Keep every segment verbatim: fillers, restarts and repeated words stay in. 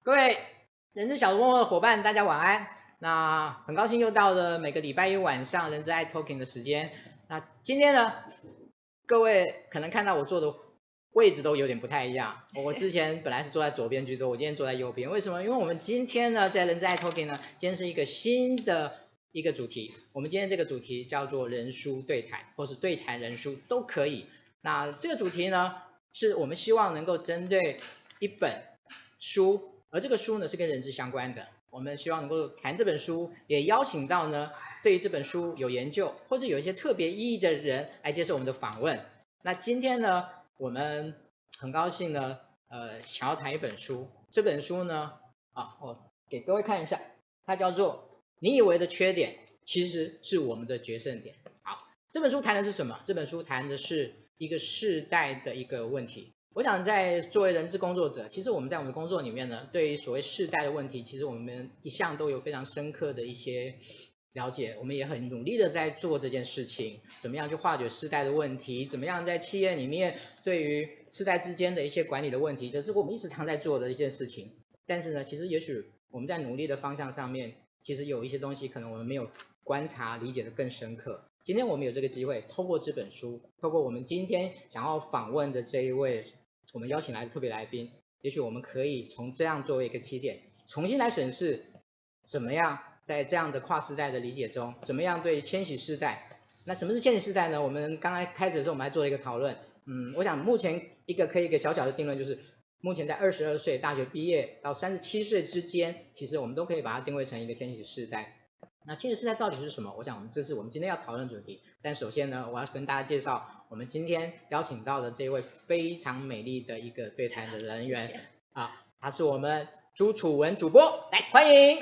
各位人资小周末的伙伴，大家晚安。那很高兴又到了每个礼拜一晚上人资爱 Talking 的时间。那今天呢，各位可能看到我坐的位置都有点不太一样。我之前本来是坐在左边居多，我今天坐在右边。为什么？因为我们今天呢，在人资爱 Talking 呢，今天是一个新的一个主题。我们今天这个主题叫做人书对谈，或是对谈人书都可以。那这个主题呢，是我们希望能够针对一本书。而这个书呢是跟人资相关的，我们希望能够谈这本书，也邀请到呢对于这本书有研究或者有一些特别意义的人来接受我们的访问。那今天呢，我们很高兴呢，呃，想要谈一本书。这本书呢，啊，我给各位看一下，它叫做《你以为的缺点，其实是我们的决胜点》。好，这本书谈的是什么？这本书谈的是一个世代的一个问题。我想在作为人资工作者，其实我们在我们的工作里面呢，对于所谓世代的问题，其实我们一向都有非常深刻的一些了解，我们也很努力的在做这件事情，怎么样去化解世代的问题，怎么样在企业里面对于世代之间的一些管理的问题，这是我们一直常在做的一件事情。但是呢，其实也许我们在努力的方向上面，其实有一些东西可能我们没有观察理解的更深刻。今天我们有这个机会，透过这本书，透过我们今天想要访问的这一位我们邀请来的特别来宾，也许我们可以从这样作为一个起点，重新来审视怎么样在这样的跨世代的理解中，怎么样对千禧世代。那什么是千禧世代呢？我们刚才开始的时候我们还做了一个讨论，嗯，我想目前一个可以一个小小的定论就是，目前在二十二岁大学毕业到三十七岁之间，其实我们都可以把它定位成一个千禧世代。那千禧世代到底是什么？我想我们这是我们今天要讨论的主题。但首先呢，我要跟大家介绍我们今天邀请到的这位非常美丽的一个对谈的人员啊，他是我们朱楚文主播，来欢迎。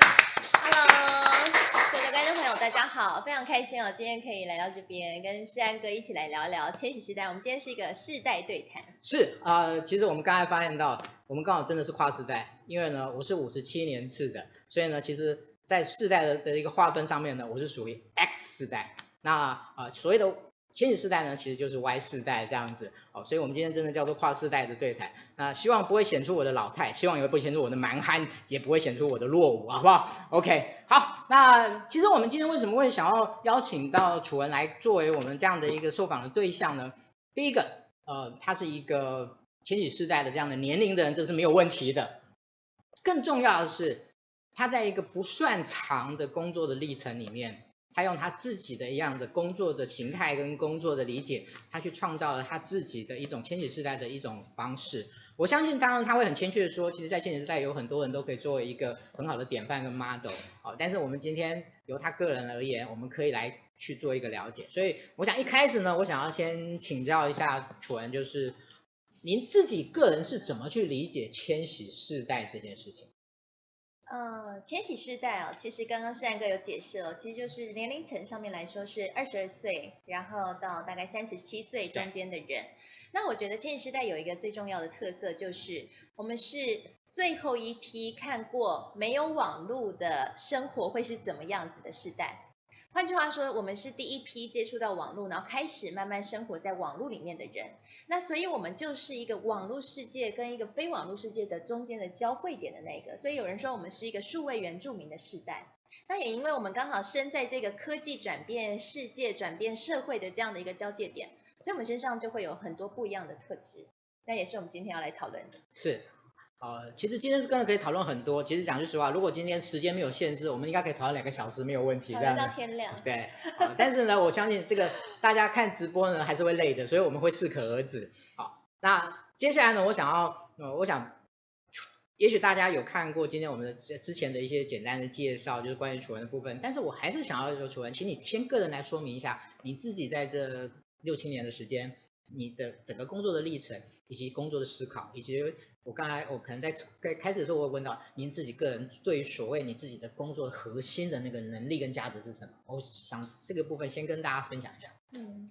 Hello， 各位观众朋友，大家好，非常开心哦，今天可以来到这边，跟世安哥一起来聊聊千禧世代。我们今天是一个世代对谈。 是呃，其实我们刚才发现到，我们刚好真的是跨世代，因为呢，我是五十七年次的，所以呢，其实在世代的的一个划分上面呢，我是属于 X 世代。那呃，所谓的千禧世代呢，其实就是 Y 世代这样子哦，所以我们今天真的叫做跨世代的对谈。那希望不会显出我的老态，希望也不会显出我的蛮憨，也不会显出我的落伍，好不好 ？OK， 好，那其实我们今天为什么会想要邀请到楚文来作为我们这样的一个受访的对象呢？第一个，呃，他是一个千禧世代的这样的年龄的人，这是没有问题的。更重要的是，他在一个不算长的工作的历程里面，他用他自己的一样的工作的形态跟工作的理解，他去创造了他自己的一种千禧世代的一种方式。我相信当然他会很谦虚的说，其实在千禧世代有很多人都可以作为一个很好的典范跟 model， 好，但是我们今天由他个人而言，我们可以来去做一个了解。所以我想一开始呢，我想要先请教一下楚文，就是您自己个人是怎么去理解千禧世代这件事情？ 呃，千禧世代哦，其实刚刚世安哥有解释了，其实就是年龄层上面来说是二十二岁，然后到大概三十七岁中间的人。那我觉得千禧世代有一个最重要的特色，就是我们是最后一批看过没有网络的生活会是怎么样子的世代。换句话说，我们是第一批接触到网络，然后开始慢慢生活在网络里面的人。那所以我们就是一个网络世界跟一个非网络世界的中间的交汇点的那个。所以有人说我们是一个数位原住民的世代。那也因为我们刚好身在这个科技转变世界、转变社会的这样的一个交界点，所以我们身上就会有很多不一样的特质。那也是我们今天要来讨论的。 是。呃，其实今天是真的可以讨论很多。其实讲句实话，如果今天时间没有限制，我们应该可以讨论两个小时没有问题。 讨论到天亮。 对、呃，但是呢，我相信这个大家看直播呢还是会累的，所以我们会适可而止。好，那接下来呢，我想要，呃，我想，也许大家有看过今天我们的之前的一些简单的介绍，就是关于楚文的部分。但是我还是想要说，楚文，请你先个人来说明一下你自己在这六七年的时间，你的整个工作的历程，以及工作的思考，以及我刚才我可能在开始的时候我会问到您自己个人对于所谓你自己的工作核心的那个能力跟价值是什么？我想这个部分先跟大家分享一下。 嗯，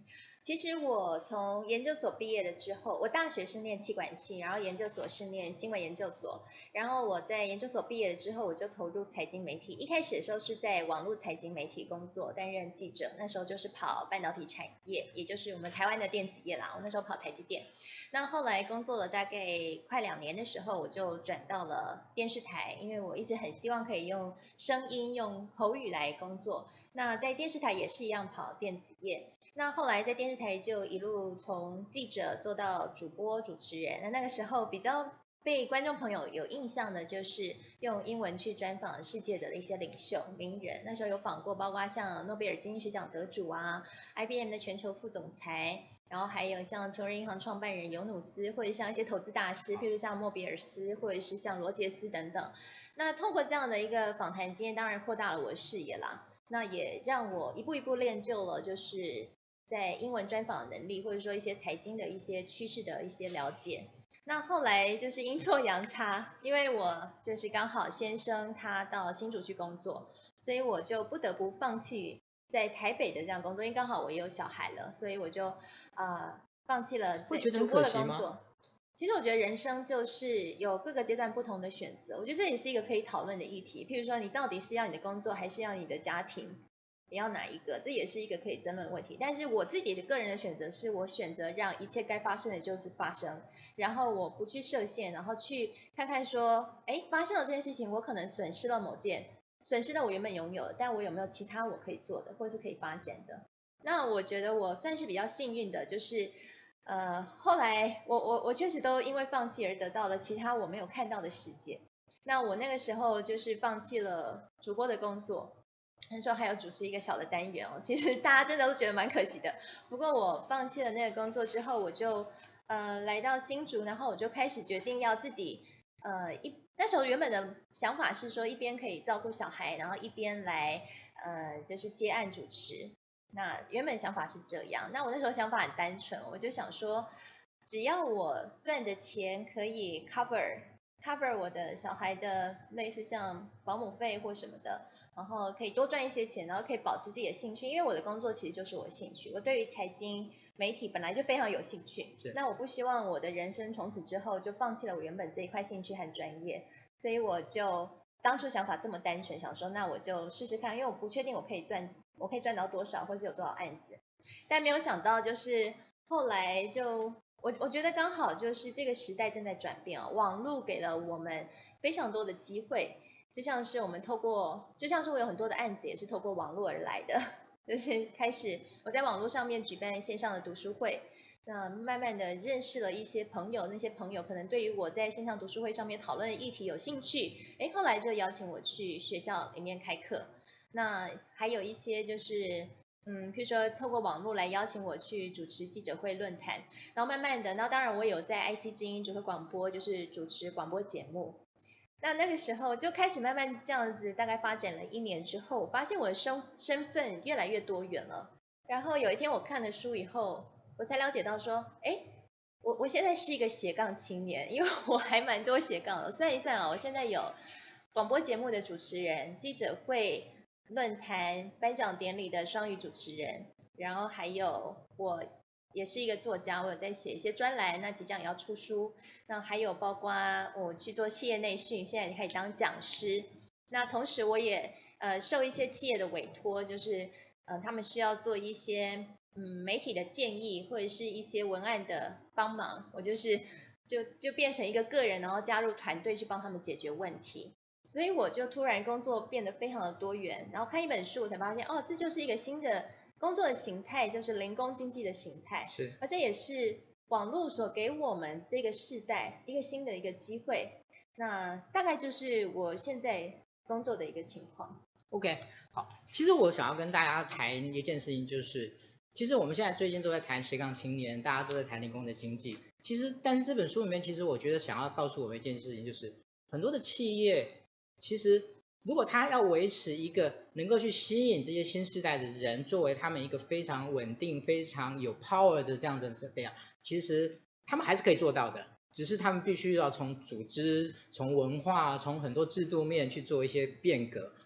其实我从研究所毕业了之后，我大学是念企管系，然后研究所是念新闻研究所。然后我在研究所毕业了之后，我就投入财经媒体。一开始的时候是在网络财经媒体工作，担任记者。那时候就是跑半导体产业，也就是我们台湾的电子业啦。我那时候跑台积电。那后来工作了大概快两年的时候，我就转到了电视台，因为我一直很希望可以用声音、用口语来工作。那在电视台也是一样跑电子业。那后来在电视台就一路从记者做到主播、主持人。那那个时候比较被观众朋友有印象的就是用英文去专访世界的一些领袖、名人。那时候有访过包括像诺贝尔经济学奖得主啊 ，I B M 的全球副总裁，然后还有像穷人银行创办人尤努斯，或者像一些投资大师，譬如像莫比尔斯，或者是像罗杰斯等等。那通过这样的一个访谈经验，当然扩大了我的视野啦。那也让我一步一步练就了，就是在英文专访的能力，或者说一些财经的一些趋势的一些了解。那后来就是阴错阳差，因为我就是刚好先生他到新竹去工作，所以我就不得不放弃在台北的这样工作，因为刚好我也有小孩了，所以我就呃放弃了在主播的工作。其实我觉得人生就是有各个阶段不同的选择，我觉得这也是一个可以讨论的议题。譬如说，你到底是要你的工作，还是要你的家庭？你要哪一个？这也是一个可以争论的问题。但是我自己的个人的选择是，我选择让一切该发生的就是发生，然后我不去设限，然后去看看说，哎，发生了这件事情，我可能损失了某件，损失了我原本拥有的，但我有没有其他我可以做的，或是可以发展的？那我觉得我算是比较幸运的，就是。呃，后来我我我确实都因为放弃而得到了其他我没有看到的世界。那我那个时候就是放弃了主播的工作，那时候还有主持一个小的单元哦，其实大家真的都觉得蛮可惜的。不过我放弃了那个工作之后，我就呃来到新竹，然后我就开始决定要自己呃一那时候原本的想法是说一边可以照顾小孩，然后一边来呃就是接案主持。那原本想法是这样，那我那时候想法很单纯，我就想说，只要我赚的钱可以 cover cover 我的小孩的类似像保姆费或什么的，然后可以多赚一些钱，然后可以保持自己的兴趣，因为我的工作其实就是我的兴趣，我对于财经媒体本来就非常有兴趣，那我不希望我的人生从此之后就放弃了我原本这一块兴趣和专业，所以我就当初想法这么单纯，想说那我就试试看，因为我不确定我可以赚。我可以赚到多少，或是有多少案子，但没有想到就是后来就我我觉得刚好就是这个时代正在转变啊，网络给了我们非常多的机会，就像是我们透过，就像是我有很多的案子也是透过网络而来的，就是开始我在网络上面举办线上的读书会，那慢慢的认识了一些朋友，那些朋友可能对于我在线上读书会上面讨论的议题有兴趣，哎，后来就邀请我去学校里面开课。那还有一些就是，嗯，譬如说透过网络来邀请我去主持记者会论坛，然后慢慢的，那当然我有在 I C 之音主持广播，就是主持广播节目。那那个时候就开始慢慢这样子，大概发展了一年之后，我发现我的身身份越来越多元了。然后有一天我看了书以后，我才了解到说，哎，我我现在是一个斜杠青年，因为我还蛮多斜杠的。算一算啊，我现在有广播节目的主持人、记者会。论坛颁奖典礼的双语主持人，然后还有我也是一个作家，我有在写一些专栏，那即将也要出书。那还有包括我去做企业内训，现在也可以当讲师。那同时我也呃受一些企业的委托，就是呃他们需要做一些嗯媒体的建议或者是一些文案的帮忙，我就是就就变成一个个人，然后加入团队去帮他们解决问题。所以我就突然工作变得非常的多元，然后看一本书，我才发现哦，这就是一个新的工作的形态，就是零工经济的形态。 是， 而这也是网络所给我们这个世代一个新的一个机会。那大概就是我现在工作的一个情况。 OK， 好，其实我想要跟大家谈一件事情，就是其实我们现在最近都在谈斜杠青年，大家都在谈零工的经济。其实，但是这本书里面，其实我觉得想要告诉我们一件事情，就是很多的企业。其实，如果他要维持一个能够去吸引这些新世代的人，作为他们一个非常稳定、非常有 power 的这样的这样，其实他们还是可以做到的，只是他们必须要从组织、从文化、从很多制度面去做一些变革，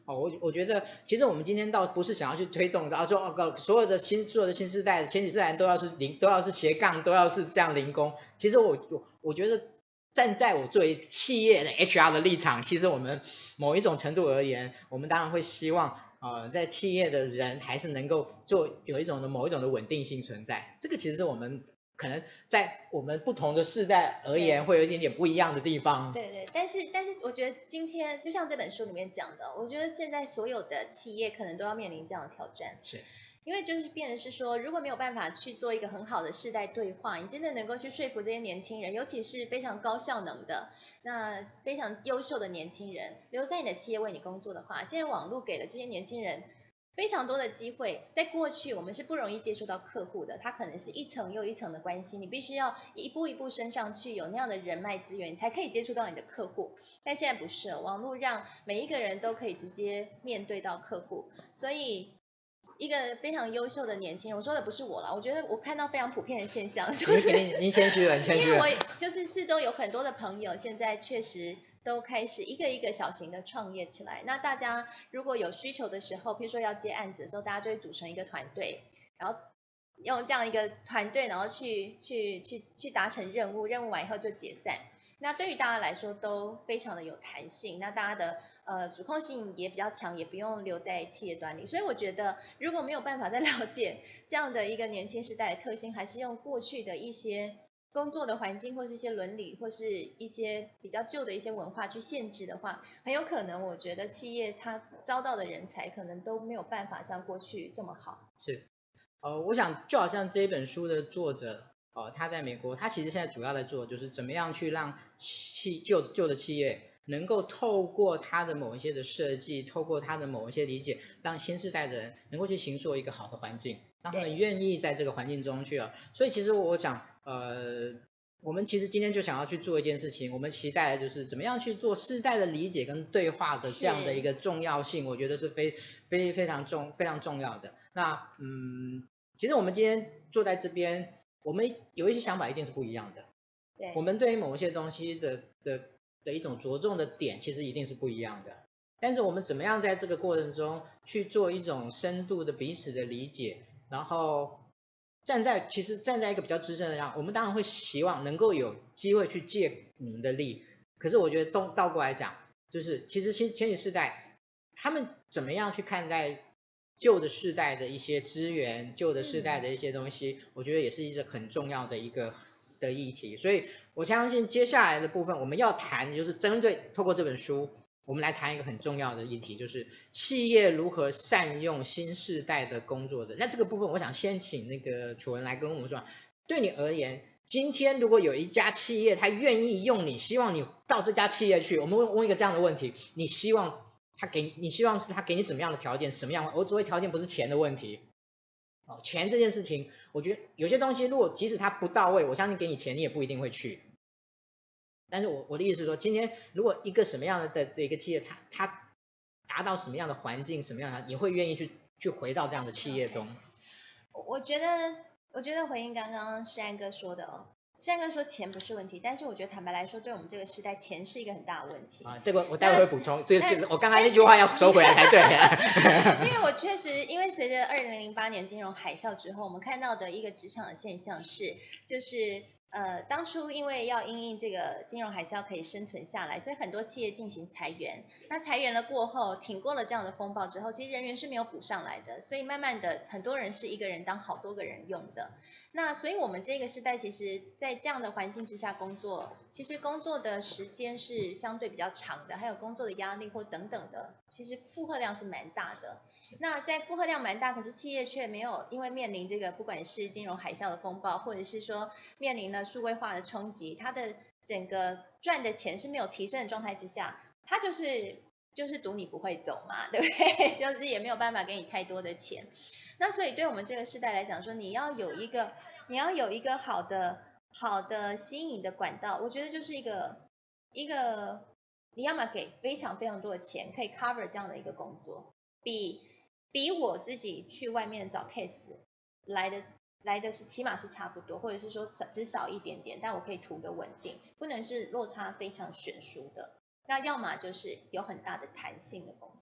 哦，我我觉得其实我们今天倒不是想要去推动，然后说哦，所有的新所有的新世代前几世代人都要是零，都要是斜杠，都要是这样零工。其实我我我觉得站在我作为企业的 H R 的立场，其实我们某一种程度而言，我们当然会希望呃在企业的人还是能够做有一种的某一种的稳定性存在。这个其实是我们可能在我们不同的世代而言会有一点点不一样的地方。 对对，但是但是我觉得今天就像这本书里面讲的，我觉得现在所有的企业可能都要面临这样的挑战。 是。 因为就是变成是说，如果没有办法去做一个很好的世代对话，你真的能够去说服这些年轻人，尤其是非常高效能的、那非常优秀的年轻人留在你的企业为你工作的话，现在网络给了这些年轻人非常多的机会。在过去我们是不容易接触到客户的，它可能是一层又一层的关系，你必须要一步一步升上去，有那样的人脉资源，你才可以接触到你的客户。但现在不是了，网络让每一个人都可以直接面对到客户，所以一个非常优秀的年轻人，我说的不是我啦，我觉得我看到非常普遍的现象，就是您您谦虚了，谦虚了。 因为我就是四周有很多的朋友，现在确实都开始一个一个小型的创业起来。那大家如果有需求的时候，譬如说要接案子的时候，大家就会组成一个团队，然后用这样一个团队，然后去去去去达成任务，任务完以后就解散。那对于大家来说都非常的有弹性，那大家的呃主控性也比较强，也不用留在企业端里。所以我觉得如果没有办法再了解这样的一个年轻时代的特性，还是用过去的一些工作的环境或是一些伦理或是一些比较旧的一些文化去限制的话，很有可能我觉得企业它招到的人才可能都没有办法像过去这么好。 是，呃，我想就好像这本书的作者。哦，他在美国，他其实现在主要在做就是怎么样去让企旧旧的企业能够透过他的某一些的设计，透过他的某一些理解，让新世代的人能够去形塑一个好的环境，让他们愿意在这个环境中去啊。所以其实我想，呃，我们其实今天就想要去做一件事情，我们期待的就是怎么样去做世代的理解跟对话的这样的一个重要性，我觉得是非非非常重非常重要的。那嗯，其实我们今天坐在这边。我们有一些想法一定是不一样的， 对， 我们对于某一些东西的的的一种着重的点，其实一定是不一样的。但是我们怎么样在这个过程中去做一种深度的彼此的理解，然后站在其实站在一个比较资深的人，我们当然会希望能够有机会去借你们的力。可是我觉得倒倒过来讲，就是其实前前几世代他们怎么样去看待旧的世代的一些资源，旧的世代的一些东西，我觉得也是一个很重要的一个的议题。所以我相信接下来的部分我们要谈，就是针对透过这本书，我们来谈一个很重要的议题，就是企业如何善用新世代的工作者。那这个部分，我想先请那个楚文来跟我们说，对你而言，今天如果有一家企业，他愿意用你，希望你到这家企业去，我们问问一个这样的问题，你希望他给你希望是他给你什么样的条件，什么样的？我所谓条件不是钱的问题，哦，钱这件事情，我觉得有些东西如果即使它不到位，我相信给你钱你也不一定会去。但是我我的意思是说，今天如果一个什么样的的一个企业，它它达到什么样的环境，什么样的，你会愿意去去回到这样的企业中？ Okay. 我觉得我觉得回应刚刚世安哥说的哦。虽然说钱不是问题，但是我觉得坦白来说，对我们这个时代，钱是一个很大的问题啊。这个我待会会补充，这个我刚才那句话要收回来才对。 因为我确实，因为随着二零零八年金融海啸之后，我们看到的一个职场的现象是，就是呃，当初因为要因应这个金融海啸可以生存下来，所以很多企业进行裁员。那裁员了过后，挺过了这样的风暴之后，其实人员是没有补上来的，所以慢慢的很多人是一个人当好多个人用的。那所以我们这个时代，其实在这样的环境之下工作，其实工作的时间是相对比较长的，还有工作的压力或等等的，其实负荷量是蛮大的。那在负荷量蛮大，可是企业却没有因为面临这个不管是金融海啸的风暴，或者是说面临了数位化的冲击，它的整个赚的钱是没有提升的状态之下，它就是就是赌你不会走嘛，对不对？就是也没有办法给你太多的钱。那所以对我们这个世代来讲说，你要有一个你要有一个好的好的吸引的管道，我觉得就是一个一个你要么给非常非常多的钱，可以 cover 这样的一个工作，比比我自己去外面找 case 来的来的是起码是差不多，或者是说只少一点点，但我可以图个稳定，不能是落差非常悬殊的。那要么就是有很大的弹性的工作。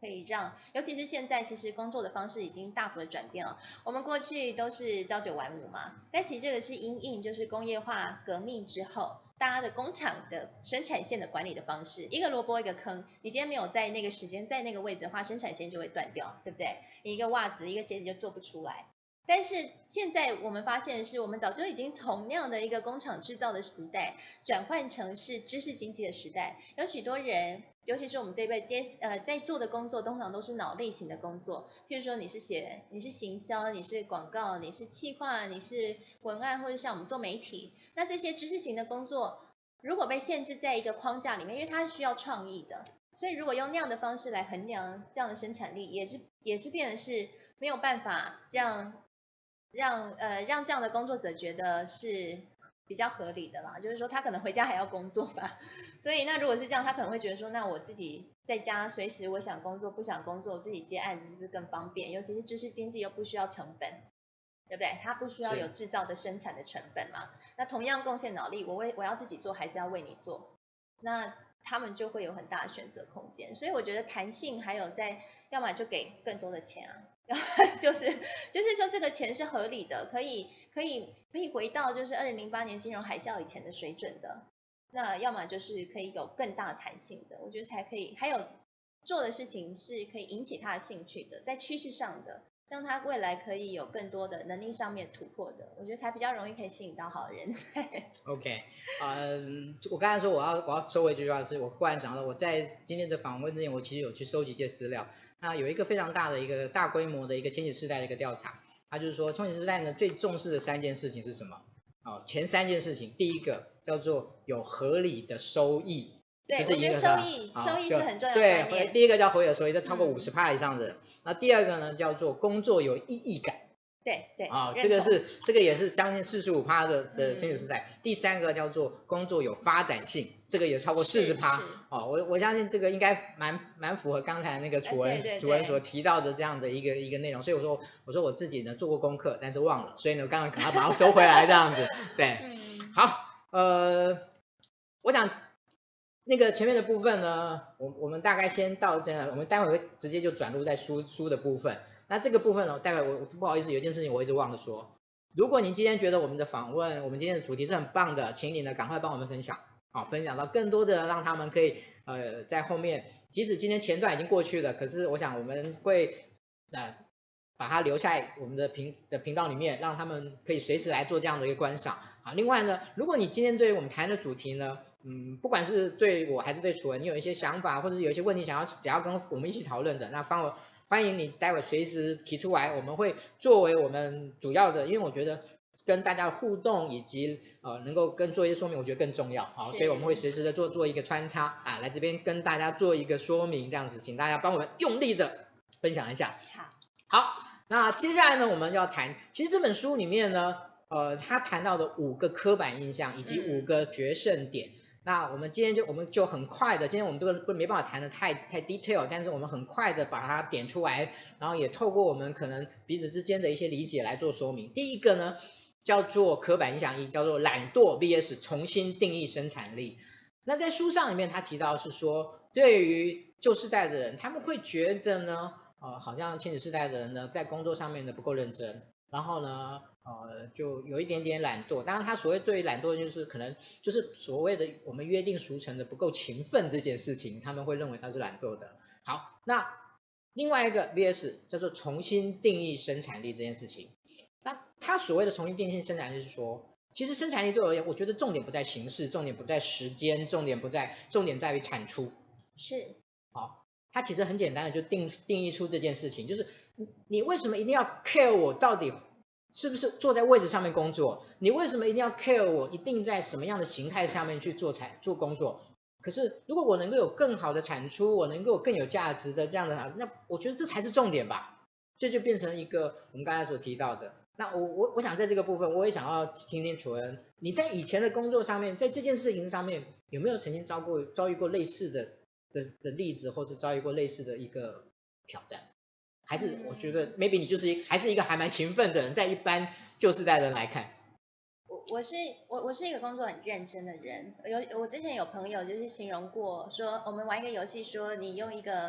可以让，尤其是现在其实工作的方式已经大幅的转变了。我们过去都是朝九晚五嘛，但其实这个是因应就是工业化革命之后，大家的工厂的生产线的管理的方式，一个萝卜一个坑，你今天没有在那个时间在那个位置的话，生产线就会断掉，对不对？你一个袜子一个鞋子就做不出来。但是现在我们发现的是，我们早就已经从那样的一个工厂制造的时代，转换成是知识经济的时代。有许多人，尤其是我们这一辈接呃在做的工作，通常都是脑力型的工作。譬如说你是写，你是行销，你是广告，你是企划，你是文案，或者像我们做媒体，那这些知识型的工作，如果被限制在一个框架里面，因为它是需要创意的，所以如果用那样的方式来衡量这样的生产力，也是也是变得是没有办法让。让呃让这样的工作者觉得是比较合理的啦，就是说他可能回家还要工作吧，所以那如果是这样，他可能会觉得说，那我自己在家随时我想工作不想工作，我自己接案子是不是更方便？尤其是知识经济又不需要成本，对不对？它不需要有制造的生产的成本嘛。那同样贡献脑力，我为我要自己做还是要为你做？那他们就会有很大的选择空间。所以我觉得弹性还有在，要么就给更多的钱啊。就是就是说这个钱是合理的，可以可以可以回到就是二零零八年金融海啸以前的水准的，那要么就是可以有更大弹性的，我觉得才可以，还有做的事情是可以引起他的兴趣的，在趋势上的，让他未来可以有更多的能力上面突破的，我觉得才比较容易可以吸引到好的人才。 OK， 嗯、呃，我刚才说我要我要收回这句话，是我忽然想到我在今天的访问之前，我其实有去收集一些资料。那有一个非常大的一个大规模的一个千禧世代的一个调查，它就是说千禧世代呢最重视的三件事情是什么？哦，前三件事情，第一个叫做有合理的收益。 对， 我觉得收益收益是很重要的观念。对，第一个叫合理的收益，这超过五十趴以上的。 嗯、 那第二个呢叫做工作有意义感。 对对啊、哦，这个是这个也是将近四十五趴的的千禧世代、嗯。第三个叫做工作有发展性，这个也超过四十趴。哦，我我相信这个应该蛮蛮符合刚才那个楚文、呃、楚文所提到的这样的一个一个内容。所以我说我说我自己呢做过功课，但是忘了，所以呢刚刚赶快把它收回来这样子。对，嗯、好，呃，我想那个前面的部分呢，我我们大概先到这样，我们待会会直接就转入在书书的部分。那这个部分呢，待会我不好意思，有一件事情我一直忘了说。如果您今天觉得我们的访问，我们今天的主题是很棒的，请你呢赶快帮我们分享，好，分享到更多的人，让他们可以呃在后面，即使今天前段已经过去了，可是我想我们会呃把它留在我们的频的频道里面，让他们可以随时来做这样的一个观赏。啊，另外呢，如果你今天对于我们谈的主题呢，嗯，不管是对我还是对楚文，你有一些想法，或者是有一些问题想要只要跟我们一起讨论的，那帮我。欢迎你待会随时提出来，我们会作为我们主要的，因为我觉得跟大家的互动以及呃能够跟做一些说明，我觉得更重要，好，所以我们会随时的做做一个穿插啊，来这边跟大家做一个说明，这样子，请大家帮我们用力的分享一下。好，好，那接下来呢，我们要谈，其实这本书里面呢，呃，他谈到的五个刻板印象以及五个决胜点。嗯，那我们今天就我们就很快的，今天我们这个不没办法谈的太太 detail， 但是我们很快的把它点出来，然后也透过我们可能彼此之间的一些理解来做说明。第一个呢叫做刻板印象一，叫做懒惰 V S 重新定义生产力。那在书上里面他提到是说，对于旧世代的人，他们会觉得呢，呃，好像千禧世代的人呢在工作上面呢不够认真。然后呢，呃，就有一点点懒惰。当然，他所谓对于懒惰，就是可能就是所谓的我们约定俗成的不够勤奋这件事情，他们会认为他是懒惰的。好，那另外一个 V S 叫做重新定义生产力这件事情。那他所谓的重新定义生产力是说，其实生产力对我而言，我觉得重点不在形式，重点不在时间，重点不在，重点在于产出。 是。 好，它其实很简单的就定定义出这件事情，就是你为什么一定要 care 我到底是不是坐在位置上面工作？你为什么一定要 care 我一定在什么样的形态下面去做产做工作？可是如果我能够有更好的产出，我能够有更有价值的这样的，那我觉得这才是重点吧。这就变成一个我们刚才所提到的。那我我我想在这个部分，我也想要听听楚恩，你在以前的工作上面，在这件事情上面有没有曾经遭过遭遇过类似的的的例子，或是遭遇过类似的一个挑战？还是我觉得 maybe 你就是一还是一个还蛮勤奋的人，在一般旧世代人来看。 我我是我我是一个工作很认真的人。有我之前有朋友就是形容过说，我们玩一个游戏，说你用一个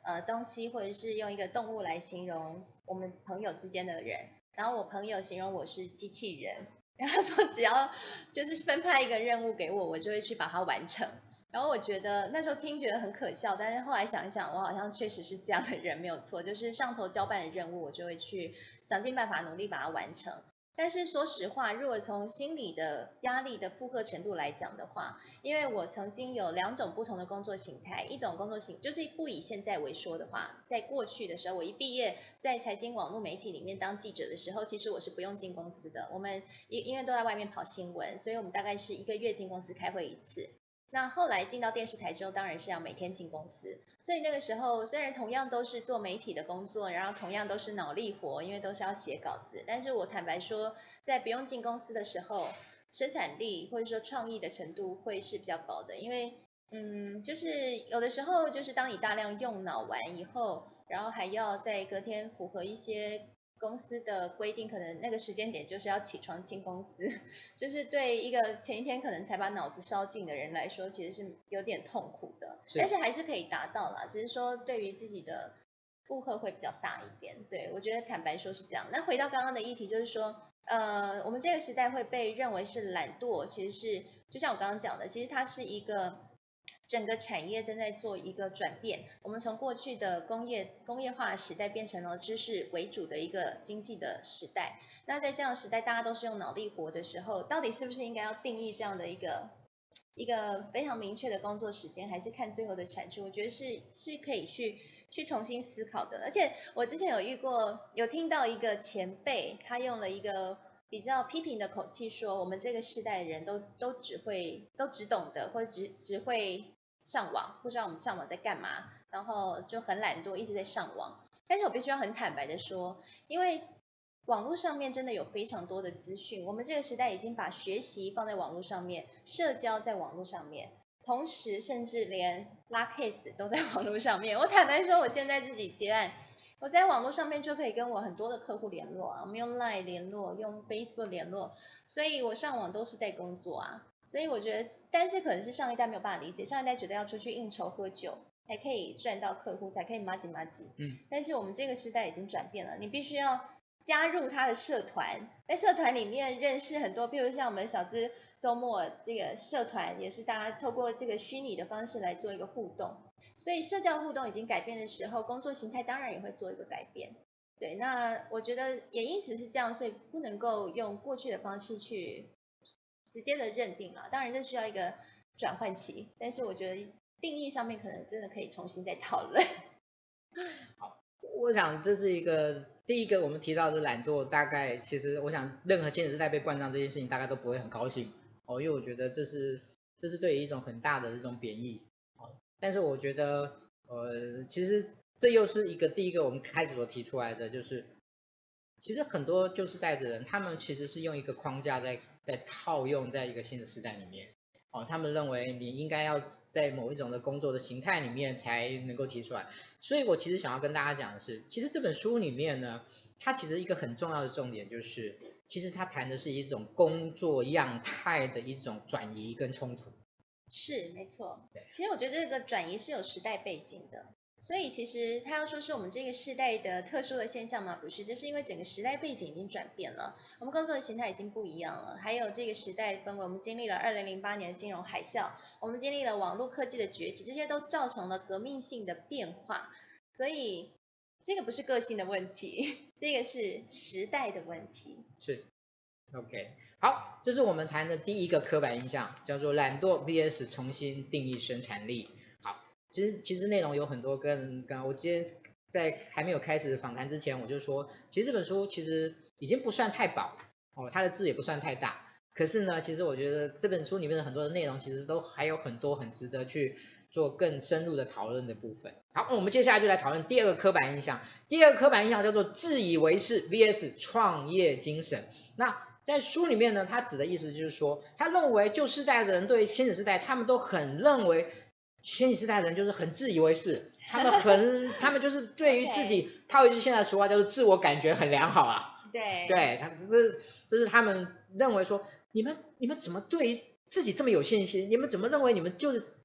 呃东西，或者是用一个动物来形容我们朋友之间的人，然后我朋友形容我是机器人，然后他说只要就是分派一个任务给我，我就会去把它完成。然后我觉得那时候听觉得很可笑，但是后来想一想，我好像确实是这样的人，没有错，就是上头交办的任务，我就会去想尽办法努力把它完成。但是说实话，如果从心理的压力的负荷程度来讲的话，因为我曾经有两种不同的工作形态，一种工作形就是不以现在为说的话，在过去的时候，我一毕业在财经网络媒体里面当记者的时候，其实我是不用进公司的，我们因因为都在外面跑新闻，所以我们大概是一个月进公司开会一次。那后来进到电视台之后，当然是要每天进公司，所以那个时候虽然同样都是做媒体的工作，然后同样都是脑力活，因为都是要写稿子，但是我坦白说，在不用进公司的时候，生产力或者说创意的程度会是比较高的，因为嗯，就是有的时候就是当你大量用脑完以后，然后还要在隔天符合一些公司的规定，可能那个时间点就是要起床进公司，就是对一个前一天可能才把脑子烧尽的人来说，其实是有点痛苦的，但是还是可以达到啦，只是说对于自己的负荷会比较大一点。对，我觉得坦白说是这样。那回到刚刚的议题，就是说，呃，我们这个时代会被认为是懒惰，其实是就像我刚刚讲的，其实它是一个整个产业正在做一个转变，我们从过去的工业工业化时代变成了知识为主的一个经济的时代。那在这样的时代，大家都是用脑力活的时候，到底是不是应该要定义这样的一个一个非常明确的工作时间，还是看最后的产出？我觉得是是可以去去重新思考的。而且我之前有遇过，有听到一个前辈，他用了一个比较批评的口气说，我们这个世代的人都都只会都只懂得或者只只会上网，不知道我们上网在干嘛，然后就很懒惰，一直在上网。但是我必须要很坦白的说，因为网络上面真的有非常多的资讯，我们这个时代已经把学习放在网络上面，社交在网络上面，同时甚至连拉 case 都在网络上面。我坦白说，我现在自己接案，我在网络上面就可以跟我很多的客户联络啊，我们用 Line 联络，用 Facebook 联络，所以我上网都是在工作啊。所以我觉得，但是可能是上一代没有办法理解，上一代觉得要出去应酬喝酒才可以赚到客户，才可以麻吉麻吉。嗯。但是我们这个时代已经转变了，你必须要加入他的社团，在社团里面认识很多，譬如像我们小资周末这个社团，也是大家透过这个虚拟的方式来做一个互动。所以社交互动已经改变的时候，工作形态当然也会做一个改变。对，那我觉得也因此是这样，所以不能够用过去的方式去直接的认定了，当然这需要一个转换期，但是我觉得定义上面可能真的可以重新再讨论。 好，我想这是一个第一个我们提到的懒惰，大概其实我想任何千禧世代被冠上这件事情，大概都不会很高兴哦，因为我觉得这是这是对于一种很大的这种贬义哦。但是我觉得呃，其实这又是一个第一个我们开始所提出来的，就是其实很多旧世代的人，他们其实是用一个框架在在套用在一个新的时代里面，哦，他们认为你应该要在某一种的工作的形态里面才能够提出来。所以我其实想要跟大家讲的是，其实这本书里面呢，它其实一个很重要的重点就是，其实它谈的是一种工作样态的一种转移跟冲突。 是，没错。其实我觉得这个转移是有时代背景的。所以其实他要说是我们这个时代的特殊的现象吗？不是，这是因为整个时代背景已经转变了，我们工作的形态已经不一样了。还有这个时代氛围，我们经历了二零零八年的金融海啸，我们经历了网络科技的崛起，这些都造成了革命性的变化。所以这个不是个性的问题，这个是时代的问题。 是 ，OK， 好，这是我们谈的第一个刻板印象，叫做懒惰 V S 重新定义生产力。其实其实内容有很多跟，跟我今天在还没有开始访谈之前，我就说，其实这本书其实已经不算太薄哦，它的字也不算太大，可是呢，其实我觉得这本书里面的很多的内容，其实都还有很多很值得去做更深入的讨论的部分。好，那我们接下来就来讨论第二个刻板印象，第二个刻板印象叫做自以为是 V S 创业精神。那在书里面呢，他指的意思就是说，他认为旧世代的人对新世代，他们都很认为。千禧世代的人就是很自以为是，他们很，他们就是对于自己套一句现在的俗话，叫做自我感觉很良好啊。 对， 对，他这是这是他们认为说，你们你们怎么对于自己这么有信心？你们怎么认为你们就是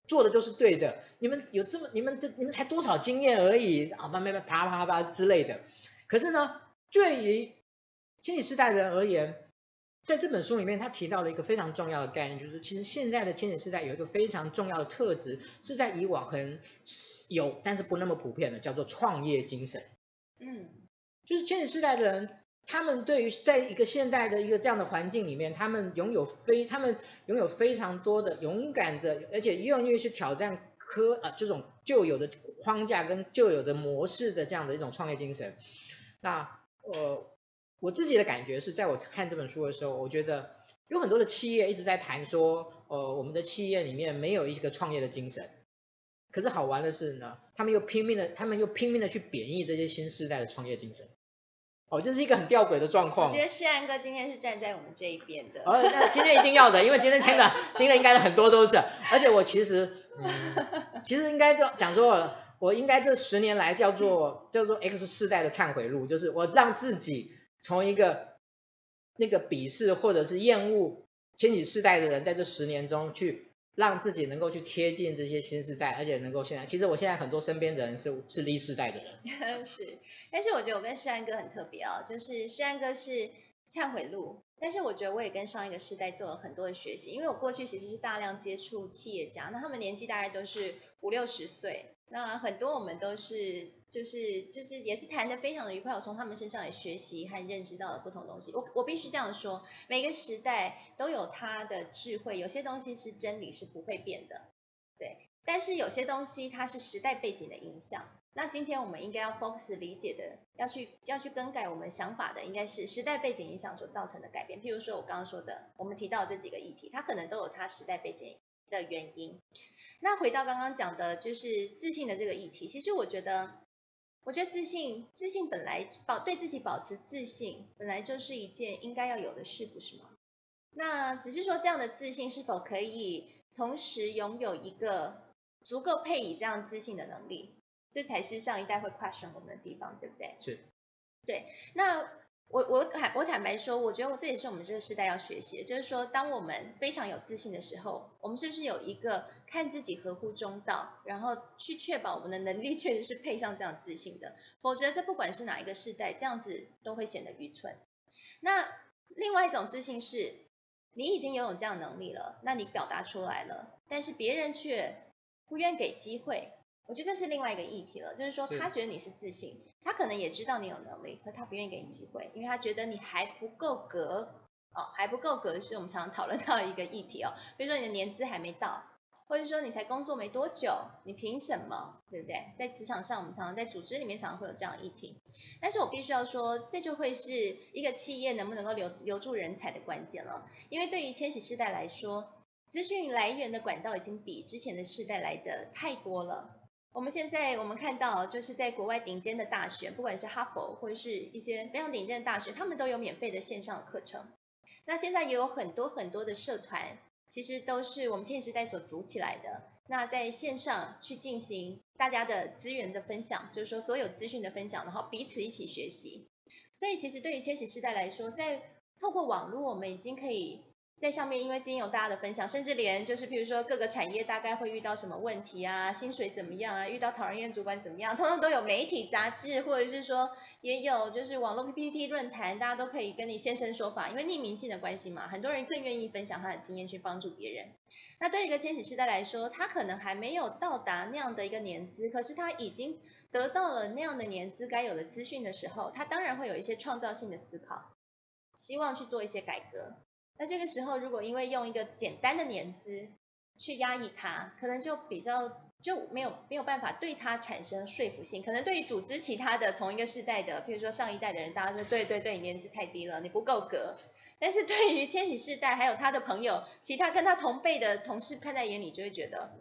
做的就是对的，你们有这么你们这你们才多少经验而已啊，慢慢慢啪啪啪之类的。可是呢，对于千禧世代的人而言，在这本书里面，他提到了一个非常重要的概念，就是其实现在的千禧世代有一个非常重要的特质，是在以往可能有，但是不那么普遍的，叫做创业精神。 嗯， 就是千禧世代的人，他们对于在一个现代的一个这样的环境里面，他们拥有非他们拥有非常多的勇敢的，而且愿意去挑战科啊、呃、这种旧有的框架跟旧有的模式的这样的一种创业精神。那呃。我自己的感觉是在我看这本书的时候，我觉得有很多的企业一直在谈说，呃，我们的企业里面没有一个创业的精神。可是好玩的是呢，他们又拼命的，他们又拼命的去贬义这些新时代的创业精神。哦，这是一个很吊诡的状况。 我觉得世安哥今天是站在我们这一边的。 哦，那今天一定要的，因为今天听的听的应该很多都是，而且我其实，嗯、其实应该就讲说，我应该这十年来叫做叫做 X 世代的忏悔录，就是我让自己。从一个那个鄙视或者是厌恶千禧世代的人，在这十年中去让自己能够去贴近这些新世代，而且能够现在，其实我现在很多身边的人是是 Z 世代的人， 是，但是我觉得我跟世安哥很特别哦，就是世安哥是忏悔录，但是我觉得我也跟上一个世代做了很多的学习，因为我过去其实是大量接触企业家，那他们年纪大概都是五六十岁。那很多我们都是就是就是也是谈得非常的愉快，我从他们身上也学习和认知到了不同东西。我我必须这样说，每个时代都有它的智慧，有些东西是真理是不会变的，对。但是有些东西它是时代背景的影响。那今天我们应该要 focus 理解的，要去要去更改我们想法的，应该是时代背景影响所造成的改变。譬如说我刚刚说的，我们提到的这几个议题，它可能都有它时代背景的原因。那回到刚刚讲的，就是自信的这个议题，其实我觉得，我觉得自信，自信本来保对自己保持自信，本来就是一件应该要有的事，不是吗？那只是说这样的自信是否可以同时拥有一个足够配以这样自信的能力，这才是上一代会 question 我们的地方，对不对？ 是， 对。那我我坦我坦白说，我觉得我这也是我们这个时代要学习的，就是说，当我们非常有自信的时候，我们是不是有一个看自己合乎中道，然后去确保我们的能力确实是配上这样自信的，否则这不管是哪一个世代，这样子都会显得愚蠢。那另外一种自信是，你已经拥有这样的能力了，那你表达出来了，但是别人却不愿给机会。我觉得这是另外一个议题了，就是说他觉得你是自信，他可能也知道你有能力，可他不愿意给你机会，因为他觉得你还不够格哦，还不够格是我们常常讨论到的一个议题哦。比如说你的年资还没到，或者说你才工作没多久，你凭什么，对不对？在职场上，我们常常在组织里面常常会有这样的议题，但是我必须要说，这就会是一个企业能不能够留留住人才的关键了，因为对于千禧世代来说，资讯来源的管道已经比之前的世代来的太多了。我们现在我们看到，就是在国外顶尖的大学，不管是哈佛或者是一些非常顶尖的大学，他们都有免费的线上课程。那现在也有很多很多的社团，其实都是我们千禧世代所组起来的。那在线上去进行大家的资源的分享，就是说所有资讯的分享，然后彼此一起学习。所以其实对于千禧世代来说，在透过网络，我们已经可以在上面，因为今天有大家的分享，甚至连就是譬如说各个产业大概会遇到什么问题啊，薪水怎么样啊，遇到讨人厌主管怎么样，通通都有媒体杂志，或者是说也有就是网络 P P T 论坛，大家都可以跟你现身说法，因为匿名性的关系嘛，很多人更愿意分享他的经验去帮助别人。那对一个千禧世代来说，他可能还没有到达那样的一个年资，可是他已经得到了那样的年资该有的资讯的时候，他当然会有一些创造性的思考，希望去做一些改革。那这个时候，如果因为用一个简单的年资去压抑它，可能就比较就没有没有办法对它产生说服性。可能对于组织其他的同一个世代的，譬如说上一代的人，大家说对对对，你年资太低了，你不够格。但是对于千禧世代还有他的朋友，其他跟他同辈的同事看在眼里，就会觉得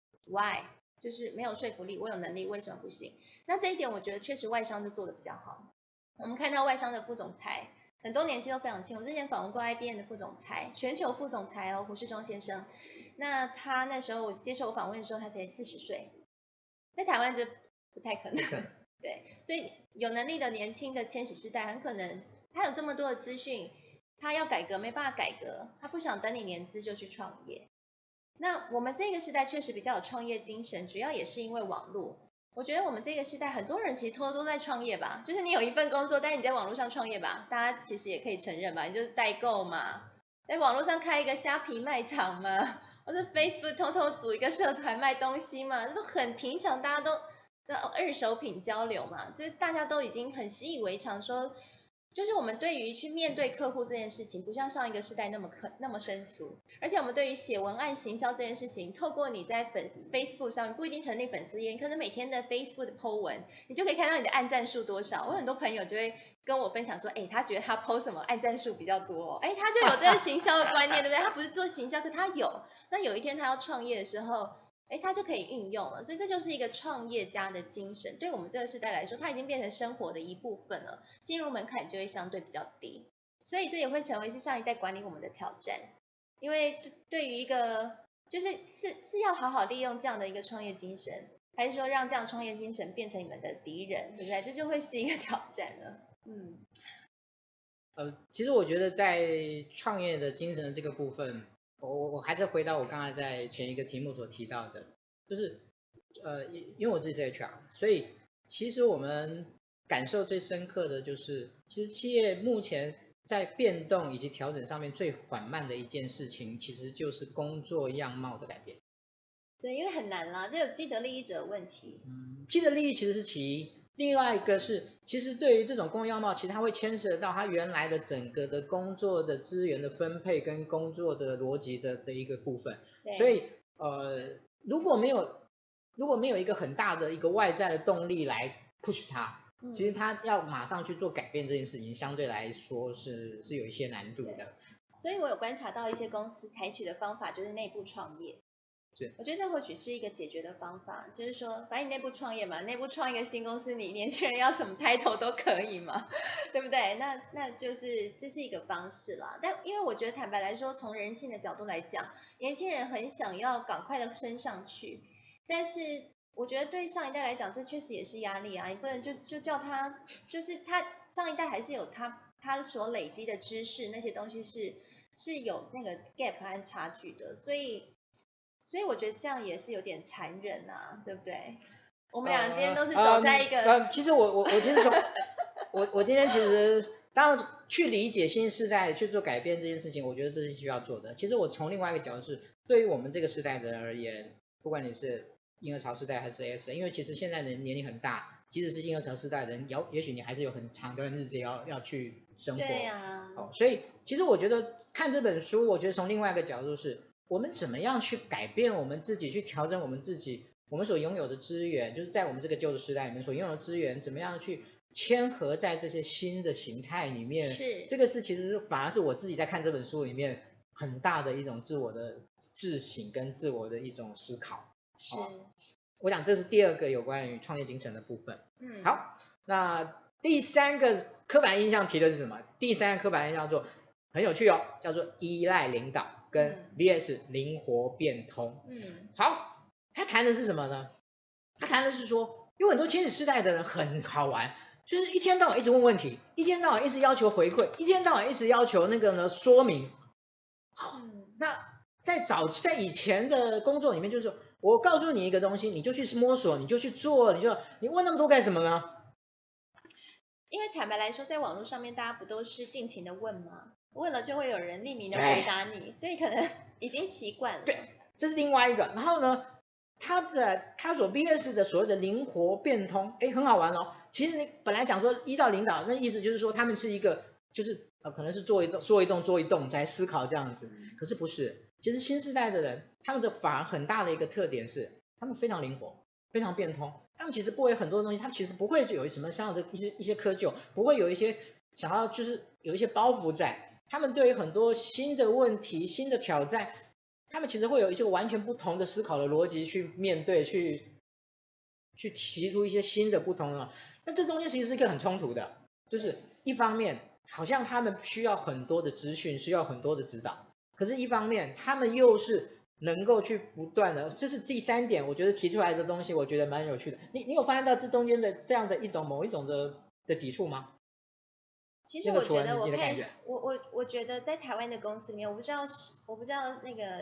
why 就是没有说服力，我有能力为什么不行？那这一点我觉得确实外商就做得比较好。我们看到外商的副总裁。很多年纪都非常轻，我之前访问过 I B M 的副总裁，全球副总裁哦，胡世忠先生。那他那时候接受我访问的时候，他才四十岁，在台湾这不太可能。对，所以有能力的年轻的千禧世代，很可能他有这么多的资讯，他要改革没办法改革，他不想等你年资就去创业。 那我们这个时代确实比较有创业精神，主要也是因为网络。我觉得我们这个时代很多人其实偷偷都在创业吧，就是你有一份工作，但是你在网络上创业吧，大家其实也可以承认吧，你就是代购嘛，在网络上开一个虾皮卖场嘛，或者 Facebook 偷偷组一个社团卖东西嘛，这都很平常，大家都二手品交流嘛，这大家都已经很习以为常说。就是我们对于去面对客户这件事情，不像上一个世代那么可那么生疏，而且我们对于写文案行销这件事情，透过你在粉 Facebook 上面不一定成立粉丝页，你可能每天的 Facebook 的 po 文，你就可以看到你的按赞数多少。我很多朋友就会跟我分享说，哎，他觉得他 po 什么按赞数比较多，哦，哎，他就有这个行销的观念，对不对？他不是做行销，可他有。那有一天他要创业的时候，哎，他就可以运用了，所以这就是一个创业家的精神。对我们这个时代来说，它已经变成生活的一部分了，进入门槛就会相对比较低，所以这也会成为是上一代管理我们的挑战。因为对于一个就是是是要好好利用这样的一个创业精神，还是说让这样创业精神变成你们的敌人，对不对？这就会是一个挑战了。嗯， 呃，其实我觉得在创业的精神的这个部分。我我我还是回到我刚才在前一个题目所提到的，就是呃，因为我自己是 H R， 所以其实我们感受最深刻的就是，其实企业目前在变动以及调整上面最缓慢的一件事情，其实就是工作样貌的改变。 对，因为很难啦，这有既得利益者的问题。 嗯，既得利益其实是其一。另外一个是，其实对于这种工作样貌，其实它会牵涉到它原来的整个的工作的资源的分配跟工作的逻辑的的一个部分。所以呃，如果没有如果没有一个很大的一个外在的动力来 push 它，其实它要马上去做改变这件事情，相对来说是是有一些难度的。 所以我有观察到一些公司采取的方法就是内部创业。我觉得这或许是一个解决的方法，就是说，反正你内部创业嘛，内部创一个新公司，你年轻人要什么 title 都可以嘛，对不对？那那就是这是一个方式啦。但因为我觉得坦白来说，从人性的角度来讲，年轻人很想要赶快的升上去，但是我觉得对上一代来讲，这确实也是压力啊。你不能就就叫他，就是他上一代还是有他他所累积的知识，那些东西是是有那个 gap 和差距的，所以。所以我觉得这样也是有点残忍啊，对不对？我们俩今天都是走在一个…… 呃，呃其实我我我其实从我我今天其实当然去理解新时代去做改变这件事情，我觉得这是需要做的。其实我从另外一个角度是，对于我们这个时代的人而言，不管你是婴儿潮时代还是 S， 因为其实现在人年龄很大，即使是婴儿潮时代的人，也也许你还是有很长的日子要要去生活。 对呀、啊。 哦，所以其实我觉得看这本书，我觉得从另外一个角度是。我们怎么样去改变我们自己，去调整我们自己，我们所拥有的资源，就是在我们这个旧的时代里面所拥有的资源，怎么样去嵌合在这些新的形态里面？ 是， 这个是其实反而是我自己在看这本书里面很大的一种自我的自省跟自我的一种思考。 是， 哦、我想这是第二个有关于创业精神的部分。 嗯， 好，那第三个刻板印象提的是什么？第三个刻板印象叫做很有趣哦，叫做依赖领导。跟 V S 灵活变通。 嗯， 好，他谈的是什么呢？他谈的是说，有很多千禧世代的人很好玩，就是一天到晚一直问问题，一天到晚一直要求回馈，一天到晚一直要求那个呢说明。好，那在早在以前的工作里面，就是我告诉你一个东西，你就去摸索，你就去做，你就你问那么多干什么呢？ 因为坦白来说，在网络上面大家不都是尽情的问吗？问了就会有人匿名的回答你，所以可能已经习惯了。 对，这是另外一个。然后呢，他的他所 V S 的所谓的灵活变通，哎，很好玩哦。其实你本来讲说一到领导，那意思就是说他们是一个，就是呃可能是做一动做一动做一动在思考这样子。可是不是，其实新时代的人，他们的反而很大的一个特点是，他们非常灵活，非常变通。他们其实不会很多东西，他们其实不会有什么像的一些一些窠臼，不会有一些想要就是有一些包袱在。他们对于很多新的问题、新的挑战，他们其实会有一些完全不同的思考的逻辑去面对，去去提出一些新的不同的。那这中间其实是一个很冲突的，就是一方面好像他们需要很多的资讯，需要很多的指导，可是一方面他们又是能够去不断的，这是第三点，我觉得提出来的东西，我觉得蛮有趣的。你你有发现到这中间的这样的一种某一种的的抵触吗？ 其实我觉得我看我我我觉得在台湾的公司里面，我不知道是我不知道那个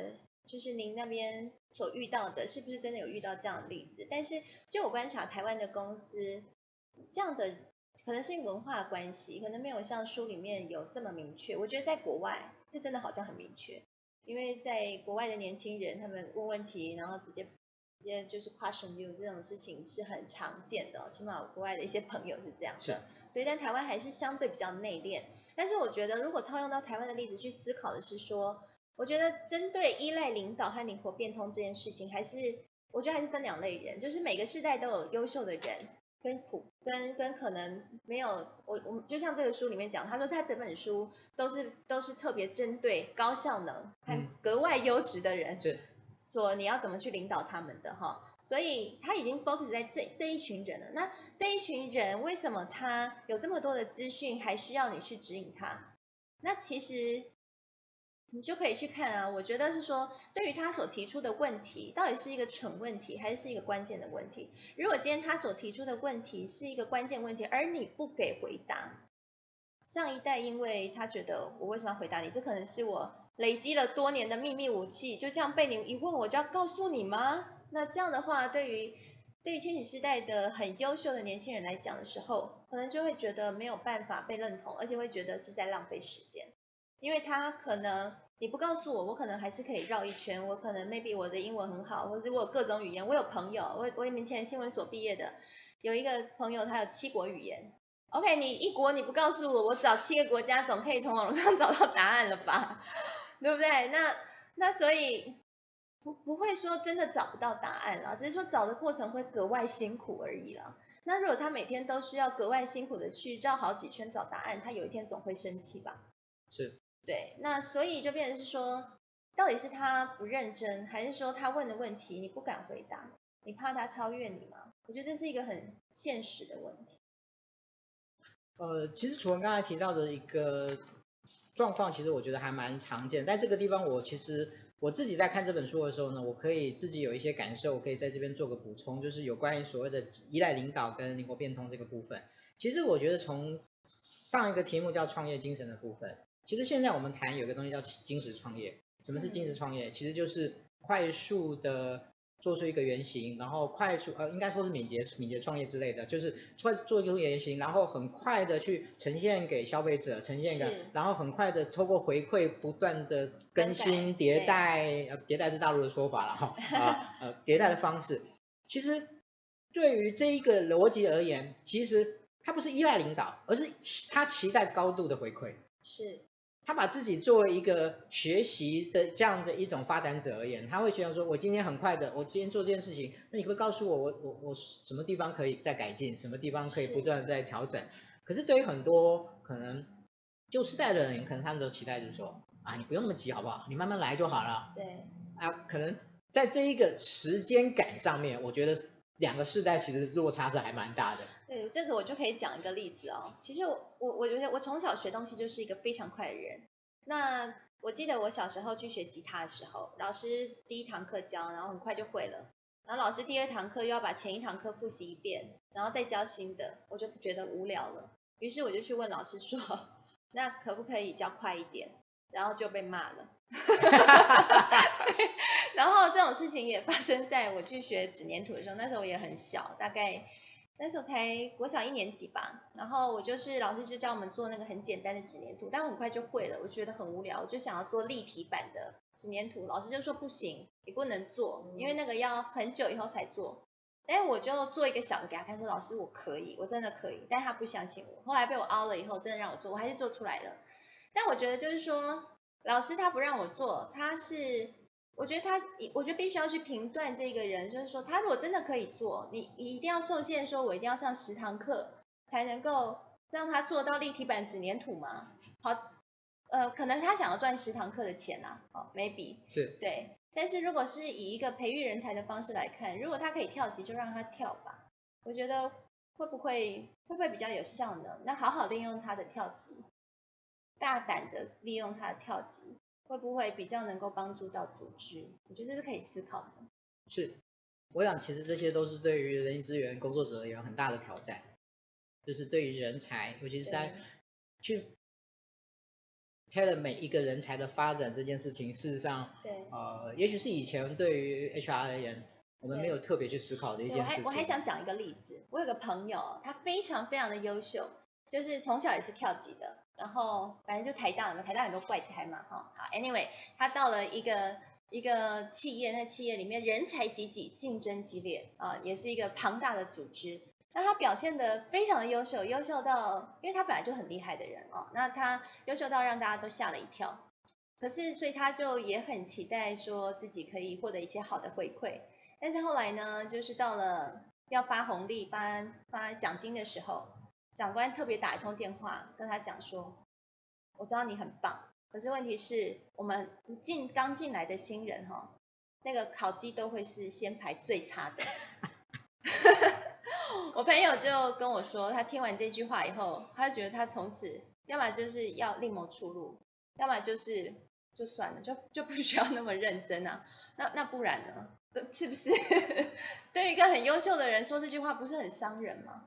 就是您那边所遇到的，是不是真的有遇到这样的例子？但是就我观察台湾的公司，这样的可能是文化关系，可能没有像书里面有这么明确。我觉得在国外，这真的好像很明确，因为在国外的年轻人，他们问问题，然后直接直接就是 question you 这种事情是很常见的、哦，起码我国外的一些朋友是这样的。 是。 对，但台湾还是相对比较内敛。但是我觉得，如果套用到台湾的例子去思考的是说，我觉得针对依赖领导和灵活变通这件事情，还是我觉得还是分两类人，就是每个世代都有优秀的人，跟普跟跟可能没有我我就像这个书里面讲，他说他整本书都是都是特别针对高效能和格外优质的人， 是说你要怎么去领导他们的哈。所以他已经 focus 在这这一群人了。那这一群人为什么他有这么多的资讯，还需要你去指引他？那其实你就可以去看啊。我觉得是说，对于他所提出的问题，到底是一个蠢问题，还是一个关键的问题？如果今天他所提出的问题是一个关键问题，而你不给回答，上一代因为他觉得我为什么要回答你？这可能是我累积了多年的秘密武器，就这样被你一问我就要告诉你吗？那这样的话，对于对于千禧世代的很优秀的年轻人来讲的时候，可能就会觉得没有办法被认同，而且会觉得是在浪费时间，因为他可能你不告诉我，我可能还是可以绕一圈，我可能 maybe 我的英文很好，或者我有各种语言，我有朋友，我我以前新闻所毕业的，有一个朋友他有七国语言。OK， 你一国你不告诉我，我找七个国家总可以从网络上找到答案了吧？对不对？那那所以不不会说真的找不到答案啦，只是说找的过程会格外辛苦而已啦。那如果他每天都需要格外辛苦的去绕好几圈找答案，他有一天总会生气吧？ 是。 对，那所以就变成是说，到底是他不认真，还是说他问的问题你不敢回答，你怕他超越你吗？我觉得这是一个很现实的问题。 呃，其实楚文刚才提到的一个状况，其实我觉得还蛮常见。在这个地方，我其实我自己在看这本书的时候呢，我可以自己有一些感受，我可以在这边做个补充，就是有关于所谓的依赖领导跟灵活变通这个部分。其实我觉得从上一个题目叫创业精神的部分，其实现在我们谈有个东西叫精实创业。什么是精实创业？其实就是快速的做出一个原型，然后快速呃应该说是敏捷敏捷创业之类的，就是做做一个原型，然后很快的去呈现给消费者，呈现给，然后很快的透过回馈不断的更新迭代，呃迭代是大陆的说法了哈，啊呃迭代的方式，其实对于这一个逻辑而言，其实它不是依赖领导，而是他期待高度的回馈， 是。 他把自己作为一个学习的这样的一种发展者而言，他会觉得说，我今天很快的，我今天做这件事情，那你会告诉我，我我我什么地方可以再改进，什么地方可以不断的在调整。可是对于很多可能旧世代的人，可能他们的期待就是说，啊，你不用那么急好不好？你慢慢来就好了。 对。 啊，可能在这一个时间感上面，我觉得两个世代其实落差是还蛮大的。 对，这个我就可以讲一个例子哦。其实我我我觉得我从小学东西就是一个非常快的人。那我记得我小时候去学吉他的时候，老师第一堂课教，然后很快就会了。然后老师第二堂课又要把前一堂课复习一遍，然后再教新的，我就觉得无聊了。于是我就去问老师说，那可不可以教快一点？然后就被骂了。然后这种事情也发生在我去学纸黏土的时候，那时候我也很小，大概那时候才国小一年级吧。然后我就是老师就教我们做那个很简单的纸黏土，但我很快就会了，我觉得很无聊，我就想要做立体版的纸黏土，老师就说不行，你不能做，因为那个要很久以后才做。但我就做一个小的给他看，说老师我可以，我真的可以，但他不相信我。后来被我凹了以后，真的让我做，我还是做出来了。但我觉得就是说，老师他不让我做，他是，我觉得他，我觉得必须要去评断这个人，就是说他如果真的可以做，你你一定要受限，说我一定要上十堂课才能够让他做到立体版纸黏土吗？好，呃，可能他想要赚十堂课的钱啊，哦 ，maybe 是， 对。但是如果是以一个培育人才的方式来看，如果他可以跳级，就让他跳吧。我觉得会不会会不会比较有效呢？那好好利用他的跳级，大胆的利用他的跳级，会不会比较能够帮助到组织？我觉得这是可以思考的。 是，我想其实这些都是对于人力资源工作者有很大的挑战，就是对于人才，尤其是在去 talent 每一个人才的发展这件事情，事实上， 对， 呃，也许是以前对于 H R 而言，我们没有特别去思考的一件事情。 我还我还想讲一个例子，我有个朋友，他非常非常的优秀，就是从小也是跳级的，然后反正就台大嘛，台大很多怪胎嘛，哈，好 ，anyway，他到了一个一个企业，那企业里面人才济济，竞争激烈啊、也是一个庞大的组织。那他表现得非常的优秀，优秀到，因为他本来就很厉害的人哦，那他优秀到让大家都吓了一跳。可是，所以他就也很期待说自己可以获得一些好的回馈。但是后来呢，就是到了要发红利、发发奖金的时候，长官特别打一通电话跟他讲说，我知道你很棒，可是问题是我们进刚进来的新人哈、哦，那个考绩都会是先排最差的。我朋友就跟我说，他听完这句话以后，他觉得他从此要么就是要另谋出路，要么就是就算了，就就不需要那么认真啊。那那不然呢？是不是？对于一个很优秀的人说这句话，不是很伤人吗？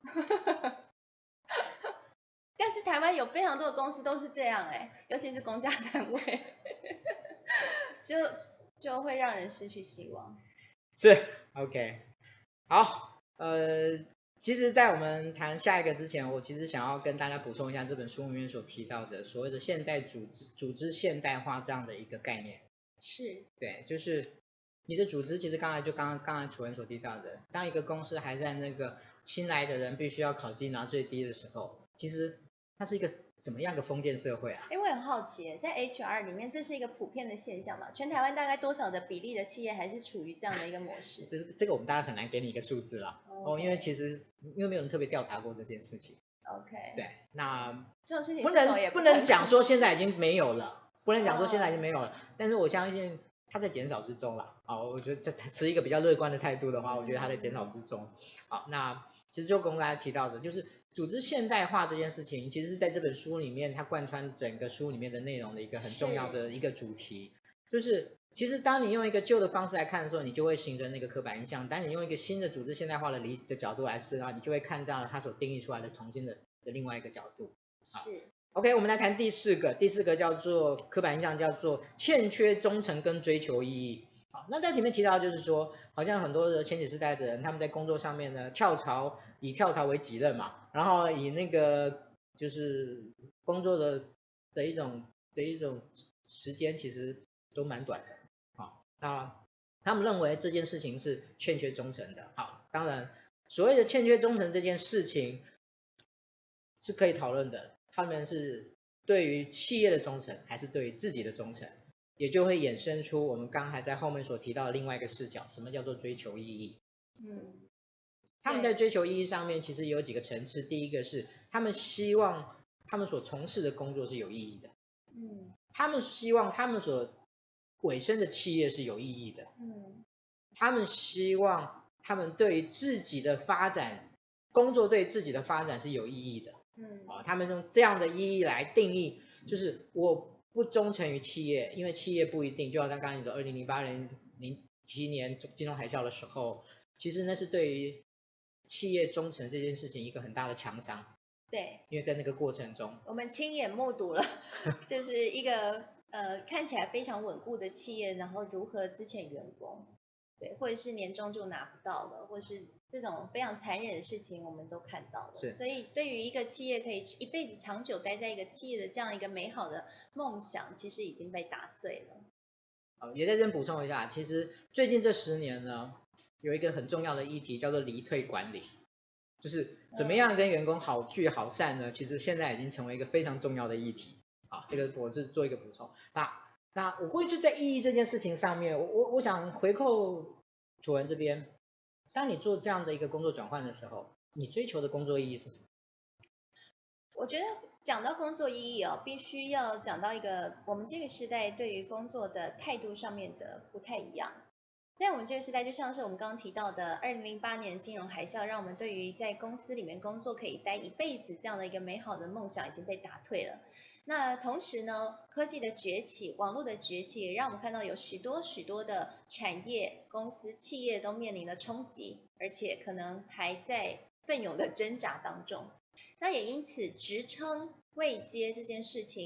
但是台湾有非常多的公司都是这样哎、欸，尤其是公家单位，就就会让人失去希望。 是 OK， 好，呃，其实，在我们谈下一个之前，我其实想要跟大家补充一下这本书里面所提到的所谓的现代组织组织现代化这样的一个概念。 是， 对，就是你的组织，其实刚才就刚刚刚才楚文所提到的，当一个公司还在那个新来的人必须要考绩拿最低的时候，其实它是一个怎么样的封建社会啊？ 因为我很好奇，在 H R 里面，这是一个普遍的现象嘛？全台湾大概多少的比例的企业还是处于这样的一个模式？ 这这个我们大家很难给你一个数字啦。 Okay. 哦，因为其实因为没有人特别调查过这件事情。 OK。 对，那这种事情不能也不能讲说现在已经没有了，不能讲说现在已经没有了， 哦、 但是我相信它在减少之中啦。好，我觉得这持一个比较乐观的态度的话，我觉得它在减少之中。好，那其实就跟大家提到的，就是组织现代化这件事情，其实是在这本书里面它贯穿整个书里面的内容的一个很重要的一个主题，就是其实当你用一个旧的方式来看的时候，你就会形成那个刻板印象；当你用一个新的组织现代化的理的角度来思考，你就会看到它所定义出来的重新的的另外一个角度。 是。 OK， 我们来谈第四个，第四个叫做刻板印象，叫做欠缺忠诚跟追求意义。好，那在里面提到就是说，好像很多的千禧世代的人，他们在工作上面呢，跳槽以跳槽为己任嘛，然后以那个就是工作的的一种的一种时间其实都蛮短的。好，那他们认为这件事情是欠缺忠诚的。好，当然所谓的欠缺忠诚这件事情是可以讨论的，他们是对于企业的忠诚还是对于自己的忠诚，也就会衍生出我们刚才在后面所提到的另外一个视角，什么叫做追求意义。 嗯， 他们在追求意义上面其实有几个层次，第一个是他们希望他们所从事的工作是有意义的， 嗯， 他们希望他们所委身的企业是有意义的， 嗯， 他们希望他们对于自己的发展，工作对自己的发展是有意义的。 嗯， 啊，他们用这样的意义来定义，就是我不忠诚于企业，因为企业不一定，就好像刚刚你说二零零八年、零七年金融海啸的时候，其实那是对于企业忠诚这件事情一个很大的强伤。 对， 因为在那个过程中， 我们亲眼目睹了，就是一个呃看起来非常稳固的企业，然后如何资遣员工，对，或者是年终就拿不到了，或是这种非常残忍的事情，我们都看到了。 是， 所以对于一个企业可以一辈子长久待在一个企业的这样一个美好的梦想，其实已经被打碎了。 好，也在这边补充一下，其实最近这十年呢，有一个很重要的议题叫做离退管理。就是怎么样跟员工好聚好散呢？其实现在已经成为一个非常重要的议题。好，这个我是做一个补充。那那我过去就在意义这件事情上面，我我我想回扣楚文这边，当你做这样的一个工作转换的时候，你追求的工作意义是什么？ 我觉得讲到工作意义哦，必须要讲到一个我们这个时代对于工作的态度上面的不太一样。在我们这个时代，就像是我们刚刚提到的二零零八年金融海啸，让我们对于在公司里面工作可以待一辈子这样的一个美好的梦想已经被打退了。那同时呢，科技的崛起，网络的崛起，也让我们看到有许多许多的产业、公司、企业都面临了冲击，而且可能还在奋勇的挣扎当中。那也因此，职称位阶这件事情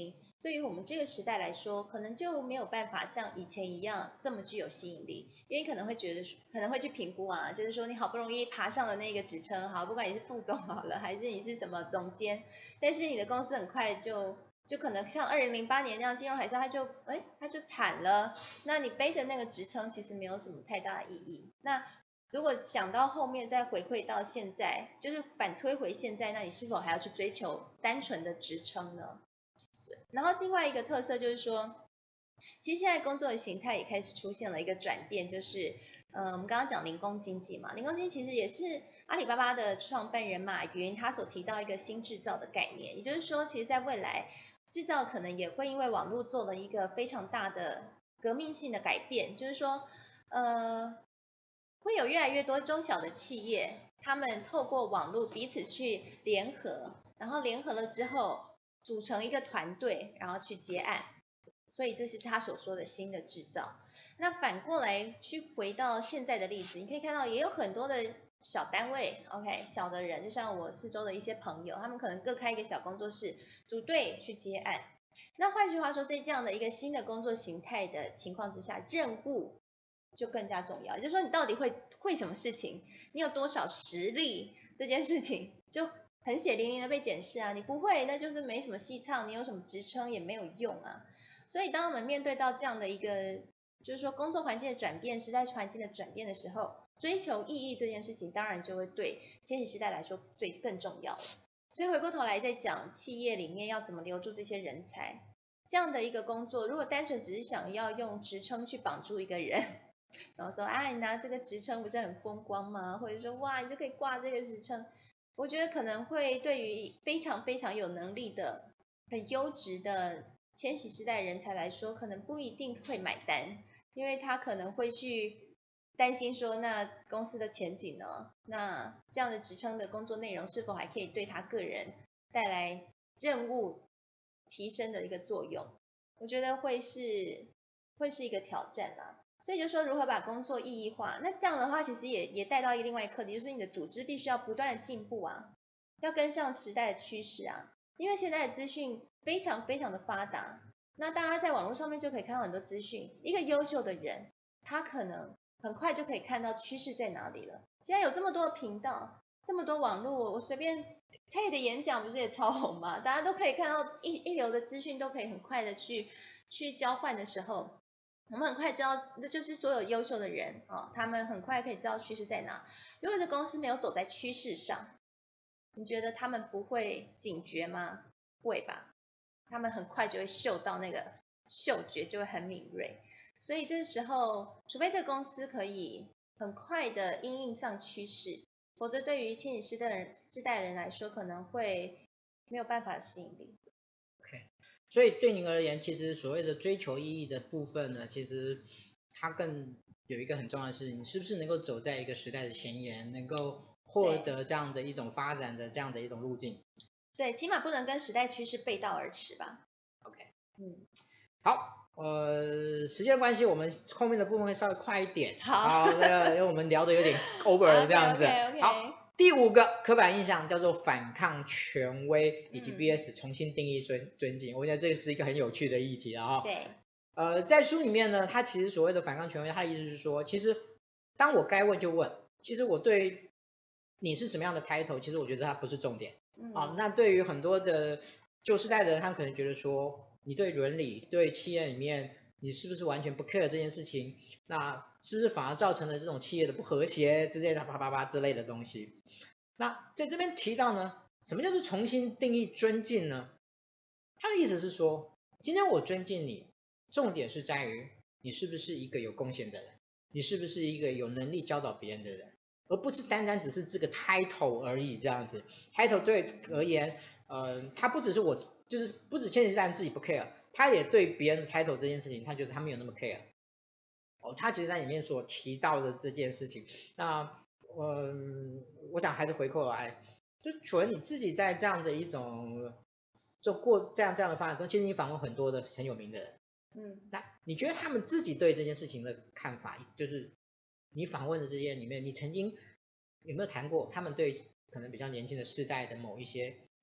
对于我们这个时代来说，可能就没有办法像以前一样这么具有吸引力，因为可能会觉得可能会去评估啊，就是说你好不容易爬上了那个职称，好，不管你是副总好了，还是你是什么总监，但是你的公司很快就就可能像二零零八年那样金融海啸，它就哎它就惨了，那你背的那个职称其实没有什么太大的意义。那如果想到后面再回馈到现在，就是反推回现在，那你是否还要去追求单纯的职称呢？然后另外一个特色就是说，其实现在工作的形态也开始出现了一个转变，就是呃我们刚刚讲零工经济嘛，零工经济其实也是阿里巴巴的创办人马云他所提到一个新制造的概念，也就是说，其实在未来制造可能也会因为网络做了一个非常大的革命性的改变，就是说呃会有越来越多中小的企业，他们透过网络彼此去联合，然后联合了之后组成一个团队，然后去接案，所以这是他所说的新的制造。那反过来去回到现在的例子，你可以看到也有很多的小单位 ，OK， 小的人，就像我四周的一些朋友，他们可能各开一个小工作室，组队去接案。那换句话说，在这样的一个新的工作形态的情况之下，任务就更加重要。也就是说，你到底会会什么事情，你有多少实力，这件事情就很血淋淋的被检视啊。你不会，那就是没什么戏唱，你有什么职称也没有用啊。所以，当我们面对到这样的一个，就是说工作环境的转变、时代环境的转变的时候，追求意义这件事情，当然就会对千禧世代来说最更重要了。所以回过头来再讲，企业里面要怎么留住这些人才，这样的一个工作，如果单纯只是想要用职称去绑住一个人，然后说啊，你拿这个职称不是很风光吗？或者说哇，你就可以挂这个职称，我觉得可能会对于非常非常有能力的、很优质的千禧世代人才来说，可能不一定会买单，因为他可能会去担心说，那公司的前景呢？那这样的职称的工作内容是否还可以对他个人带来任务提升的一个作用？我觉得会是会是一个挑战啦。所以就说如何把工作意义化，那这样的话其实也也带到一个另外一个课题，就是你的组织必须要不断的进步啊，要跟上时代的趋势啊，因为现在的资讯非常非常的发达，那大家在网络上面就可以看到很多资讯，一个优秀的人，他可能很快就可以看到趋势在哪里了。现在有这么多的频道，这么多网络，我随便 T E D 的演讲不是也超红吗？大家都可以看到一一流的资讯，都可以很快的去去交换的时候，我们很快知道，那就是所有优秀的人哦，他们很快可以知道趋势在哪。如果这公司没有走在趋势上，你觉得他们不会警觉吗？会吧，他们很快就会嗅到那个嗅觉就会很敏锐。所以这时候，除非这个公司可以很快的因应上趋势，否则对于千禧世代的人世代人来说，可能会没有办法吸引力。 OK，所以对您而言，其实所谓的追求意义的部分呢，其实它更有一个很重要的是，你是不是能够走在一个时代的前沿，能够获得这样的一种发展的这样的一种路径。 对，起码不能跟时代趋势背道而驰吧。 OK， 嗯， 好，呃，时间关系，我们后面的部分会稍微快一点。 好， 那个因为我们聊的有点 over 了这样子。 okay, okay, okay. 好，第五个刻板印象叫做反抗权威以及 B S 重新定义尊尊敬，我觉得这个是一个很有趣的议题啊。 对。 呃，在书里面呢，他其实所谓的反抗权威，他的意思是说，其实当我该问就问，其实我对你是什么样的 title， 其实我觉得它不是重点。 嗯。 啊，那对于很多的旧世代的人，他可能觉得说，你对伦理、对企业里面，你是不是完全不 care 这件事情？那是不是反而造成了这种企业的不和谐之类的啪啪啪之类的东西？那在这边提到呢，什么叫做重新定义尊敬呢？他的意思是说，今天我尊敬你，重点是在于你是不是一个有贡献的人，你是不是一个有能力教导别人的人，而不是单单只是这个 title 而已这样子。title 对而言，呃，他不只是我，就是不止千禧世代自己不 care， 他也对别人的 title 这件事情，他觉得他没有那么 care。哦，他其实在里面所提到的这件事情，那嗯、呃，我想还是回过来，就除了你自己在这样的一种就过这样这样的发展中，其实你访问很多的很有名的人， 嗯， 那你觉得他们自己对这件事情的看法，就是你访问的这些人里面，你曾经有没有谈过他们对可能比较年轻的世代的某一些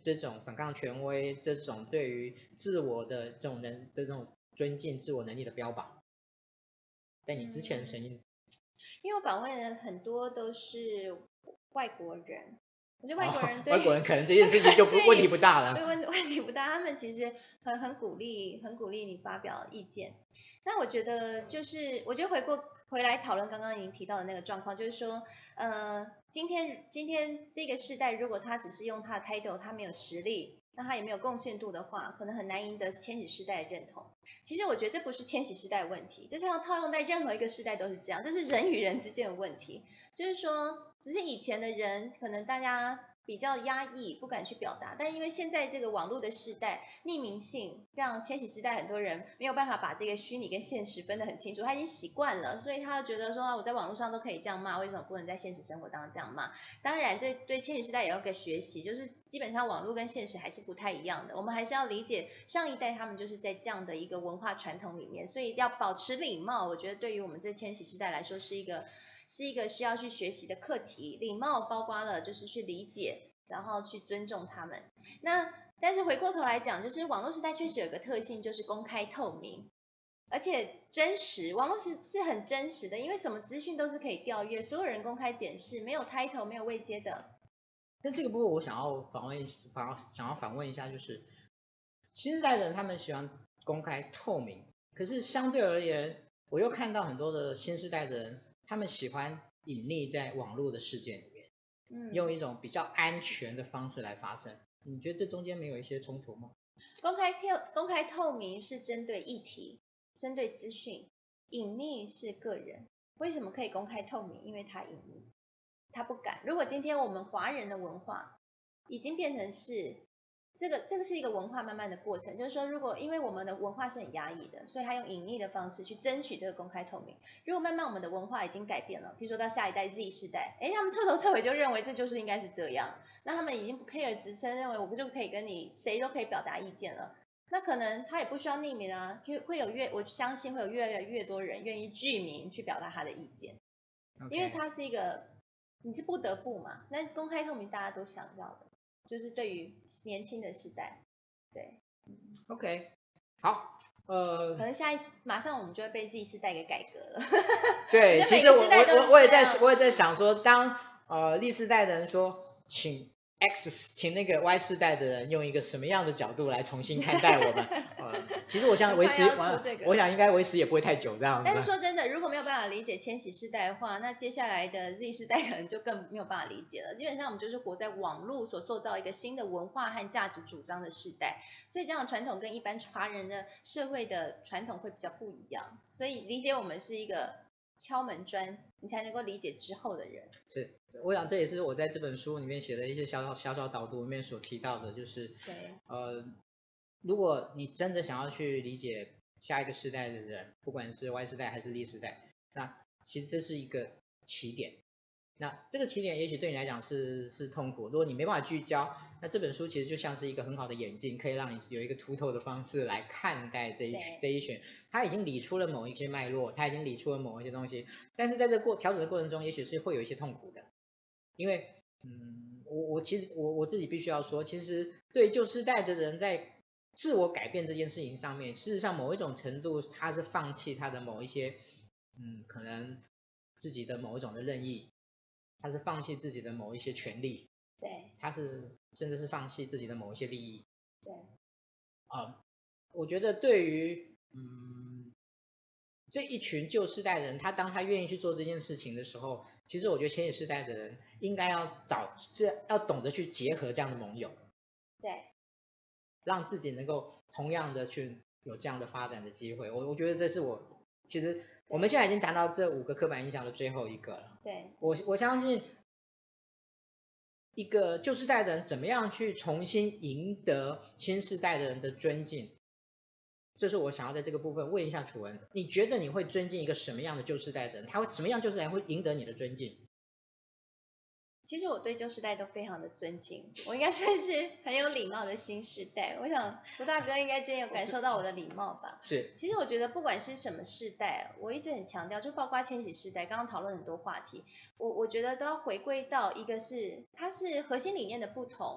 这种反抗权威，这种对于自我的这种能的这种尊敬自我能力的标榜。在你之前曾经、嗯， 因为我访问的很多都是外国人，我觉得外国人对、 哦、外国人可能这件事情就不问题不大了， 对问问题不大，他们其实很很鼓励，很鼓励你发表意见。那我觉得就是，我觉得回过回来讨论刚刚您提到的那个状况，就是说，呃，今天今天这个世代，如果他只是用他的 title， 他没有实力。那他也没有贡献度的话，可能很难赢得千禧世代的认同。其实我觉得这不是千禧世代的问题，这是要套用在任何一个世代都是这样，这是人与人之间的问题。就是说，只是以前的人可能大家比较压抑，不敢去表达，但因为现在这个网络的时代，匿名性让千禧世代很多人没有办法把这个虚拟跟现实分得很清楚，他已经习惯了，所以他觉得说我在网络上都可以这样骂，为什么不能在现实生活当中这样骂？当然，这对千禧世代也要个学习，就是基本上网络跟现实还是不太一样的，我们还是要理解上一代他们就是在这样的一个文化传统里面，所以要保持礼貌，我觉得对于我们这千禧世代来说是一个是一个需要去学习的课题。礼貌包括了就是去理解，然后去尊重他们。那但是回过头来讲，就是网络时代确实有个特性，就是公开透明。而且真实，网络是是很真实的，因为什么资讯都是可以调阅，所有人公开检视，没有 title 没有位阶的。 但这个部分我想要访问，反想要反问一下，就是新时代的人他们喜欢公开透明，可是相对而言，我又看到很多的新时代的人，他们喜欢隐匿在网络的世界里面，嗯，用一种比较安全的方式来发生。你觉得这中间没有一些冲突吗？ 公开透公开透明是针对议题。针对资讯，隐匿是个人。为什么可以公开透明？因为他隐匿，他不敢。如果今天我们华人的文化已经变成是这个，这个是一个文化慢慢的过程，就是说，如果因为我们的文化是很压抑的，所以他用隐匿的方式去争取这个公开透明。如果慢慢我们的文化已经改变了，比如说到下一代 Z 世代，哎，他们彻头彻尾就认为这就是应该是这样，那他们已经不 care 职称，认为我就可以跟你谁都可以表达意见了。那可能他也不需要匿名啊，就会有越我相信会有越来越多人愿意具名去表达他的意见， okay. 因为他是一个你是不得不嘛，那公开透明大家都想要的，就是对于年轻的时代，对 ，OK， 好，呃， 可能下一次马上我们就会被自己世代给改革了。 对，其实我我我也在我也在想说，当呃历世代的人说请。X 请那个 Y 世代的人用一个什么样的角度来重新看待我们？呃，其实我想维持， 这个、 我想应该维持也不会太久这样子。 但是说真的，如果没有办法理解千禧世代的话，那接下来的 Z 世代可能就更没有办法理解了。基本上我们就是活在网络所塑造一个新的文化和价值主张的世代，所以这样的传统跟一般华人的社会的传统会比较不一样。所以理解我们是一个敲门砖，你才能够理解之后的人。 是，我想这也是我在这本书里面写的一些小小小小导读里面所提到的，就是对， 呃，如果你真的想要去理解下一个世代的人，不管是 Y 世代还是 Z 世代，那其实这是一个起点。那这个起点也许对你来讲是是痛苦，如果你没办法聚焦，那这本书其实就像是一个很好的眼镜，可以让你有一个凸透的方式来看待这一这一选，它已经理出了某一些脉络，它已经理出了某一些东西，但是在这过调整的过程中，也许是会有一些痛苦的，因为嗯，我我其实我我自己必须要说，其实对旧世代的人在自我改变这件事情上面，事实上某一种程度他是放弃他的某一些嗯可能自己的某一种的任意。他是放弃自己的某一些权利， 对， 他是甚至是放弃自己的某一些利益， 对， 啊、呃，我觉得对于嗯这一群旧世代的人，他当他愿意去做这件事情的时候，其实我觉得千禧世代的人应该要找这要懂得去结合这样的盟友， 对， 让自己能够同样的去有这样的发展的机会。我我觉得这是我其实。我们现在已经谈到这五个刻板印象的最后一个了。 对， 我我相信一个旧世代的人怎么样去重新赢得新世代的人的尊敬，这是我想要在这个部分问一下楚文，你觉得你会尊敬一个什么样的旧世代的人？他会什么样旧世代人会赢得你的尊敬？ 其实我对旧世代都非常的尊敬，我应该算是很有礼貌的新世代。我想胡大哥应该今天有感受到我的礼貌吧？ 是。 其实我觉得不管是什么世代，我一直很强调，就包括千禧世代，刚刚讨论很多话题，我我觉得都要回归到一个是它是核心理念的不同，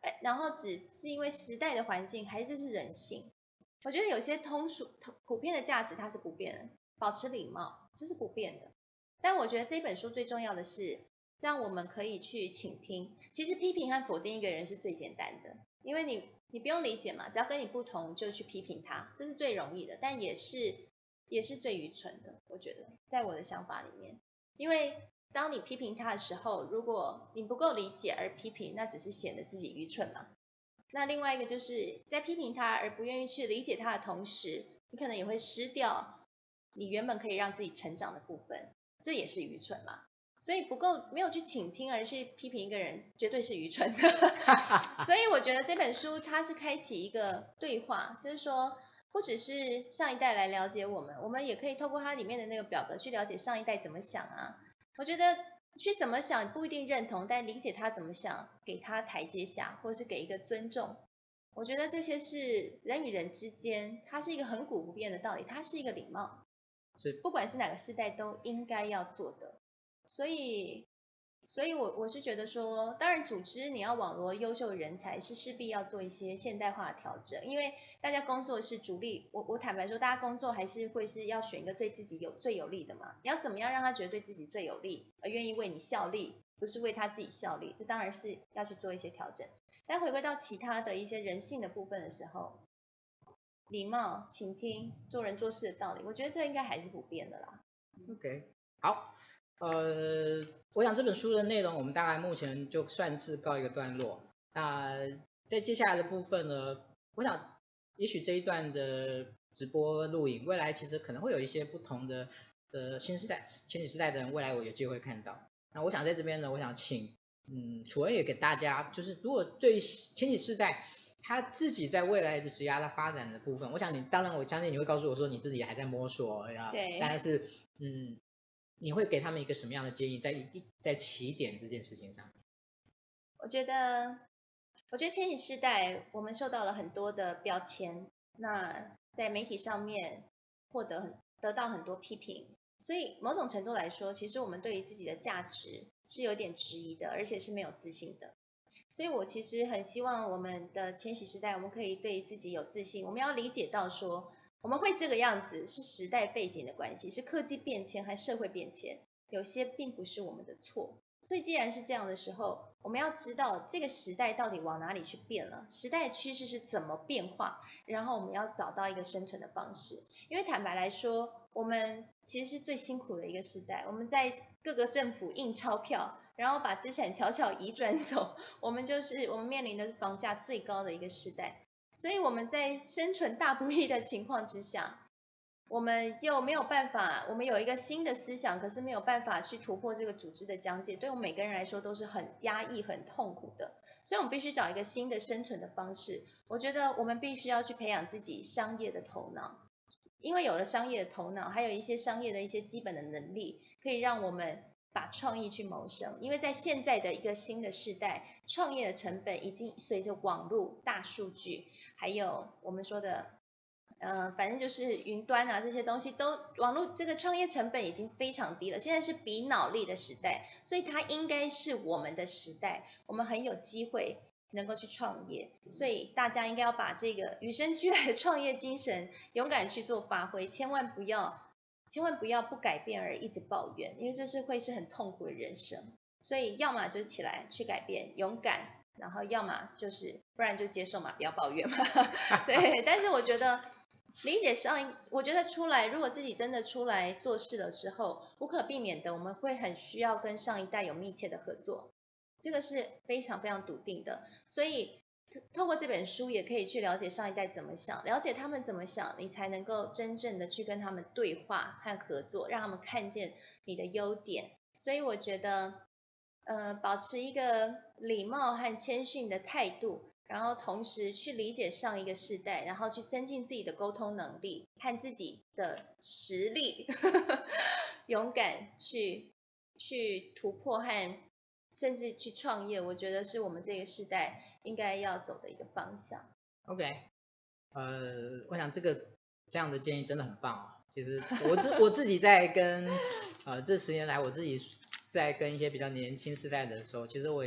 哎，然后只是因为时代的环境，还是这是人性？我觉得有些通俗普遍的价值它是不变的，保持礼貌这是不变的。但我觉得这本书最重要的是，让我们可以去倾听。其实批评和否定一个人是最简单的，因为你你不用理解嘛，只要跟你不同就去批评他，这是最容易的，但也是也是最愚蠢的。我觉得在我的想法里面，因为当你批评他的时候，如果你不够理解而批评，那只是显得自己愚蠢嘛。那另外一个就是在批评他而不愿意去理解他的同时，你可能也会失掉你原本可以让自己成长的部分，这也是愚蠢嘛。所以不够没有去倾听而去批评一个人，绝对是愚蠢的。所以我觉得这本书它是开启一个对话，就是说不只是上一代来了解我们，我们也可以透过它里面的那个表格去了解上一代怎么想啊。我觉得去怎么想不一定认同，但理解他怎么想，给他台阶下，或是给一个尊重，我觉得这些是人与人之间，它是一个很古不变的道理，它是一个礼貌， 是不管是哪个世代都应该要做的。所以，所以我我是觉得说，当然组织你要网罗优秀的人才，是势必要做一些现代化的调整，因为大家工作是逐利，我我坦白说，大家工作还是会是要选一个对自己有最有利的嘛。你要怎么样让他觉得对自己最有利，而愿意为你效力，不是为他自己效力，这当然是要去做一些调整。但回归到其他的一些人性的部分的时候，礼貌、倾听、做人做事的道理，我觉得这应该还是不变的啦。 OK， 好。呃，我想这本书的内容我们大概目前就算是告一个段落。那在接下来的部分呢，我想也许这一段的直播录影，未来其实可能会有一些不同的呃新时代、千禧时代的人，未来我有机会看到。那我想在这边呢，我想请嗯楚恩也给大家，就是如果对千禧世代他自己在未来的职涯的发展的部分，我想你当然我相信你会告诉我说你自己还在摸索呀， 对， 但是嗯。你会给他们一个什么样的建议，在一在起点这件事情上？ 我觉得，我觉得千禧世代我们受到了很多的标签，那在媒体上面获得很得到很多批评，所以某种程度来说，其实我们对于自己的价值是有点质疑的，而且是没有自信的。所以我其实很希望我们的千禧世代，我们可以对自己有自信，我们要理解到说，我们会这个样子是时代背景的关系，是科技变迁和社会变迁，有些并不是我们的错。所以既然是这样的时候，我们要知道这个时代到底往哪里去变了，时代的趋势是怎么变化，然后我们要找到一个生存的方式。因为坦白来说，我们其实是最辛苦的一个时代，我们在各个政府印钞票，然后把资产悄悄移转走，我们就是我们面临的是房价最高的一个时代。所以我们在生存大不易的情况之下，我们又没有办法，我们有一个新的思想，可是没有办法去突破这个组织的疆界，对我们每个人来说都是很压抑、很痛苦的。所以我们必须找一个新的生存的方式。我觉得我们必须要去培养自己商业的头脑，因为有了商业的头脑，还有一些商业的一些基本的能力，可以让我们把创意去谋生。因为在现在的一个新的时代，创业的成本已经随着网络、大数据，还有我们说的呃，反正就是云端啊，这些东西都网络这个创业成本已经非常低了，现在是比脑力的时代，所以它应该是我们的时代，我们很有机会能够去创业，所以大家应该要把这个与生俱来的创业精神勇敢去做发挥，千万不要千万不要不改变而一直抱怨，因为这是会是很痛苦的人生，所以要么就起来去改变，勇敢，然后要么就是不然就接受嘛，不要抱怨嘛，对，但是我觉得。理解上一，我觉得出来，如果自己真的出来做事了之后，无可避免的，我们会很需要跟上一代有密切的合作，这个是非常非常笃定的。所以透过这本书，也可以去了解上一代怎么想，了解他们怎么想，你才能够真正的去跟他们对话和合作，让他们看见你的优点。所以我觉得，呃，保持一个礼貌和谦逊的态度。然后同时去理解上一个世代，然后去增进自己的沟通能力和自己的实力，勇敢去去突破和甚至去创业，我觉得是我们这个世代应该要走的一个方向。 OK， 呃，我想这个这样的建议真的很棒啊。其实我自我自己在跟呃这十年来我自己在跟一些比较年轻世代的时候，其实我也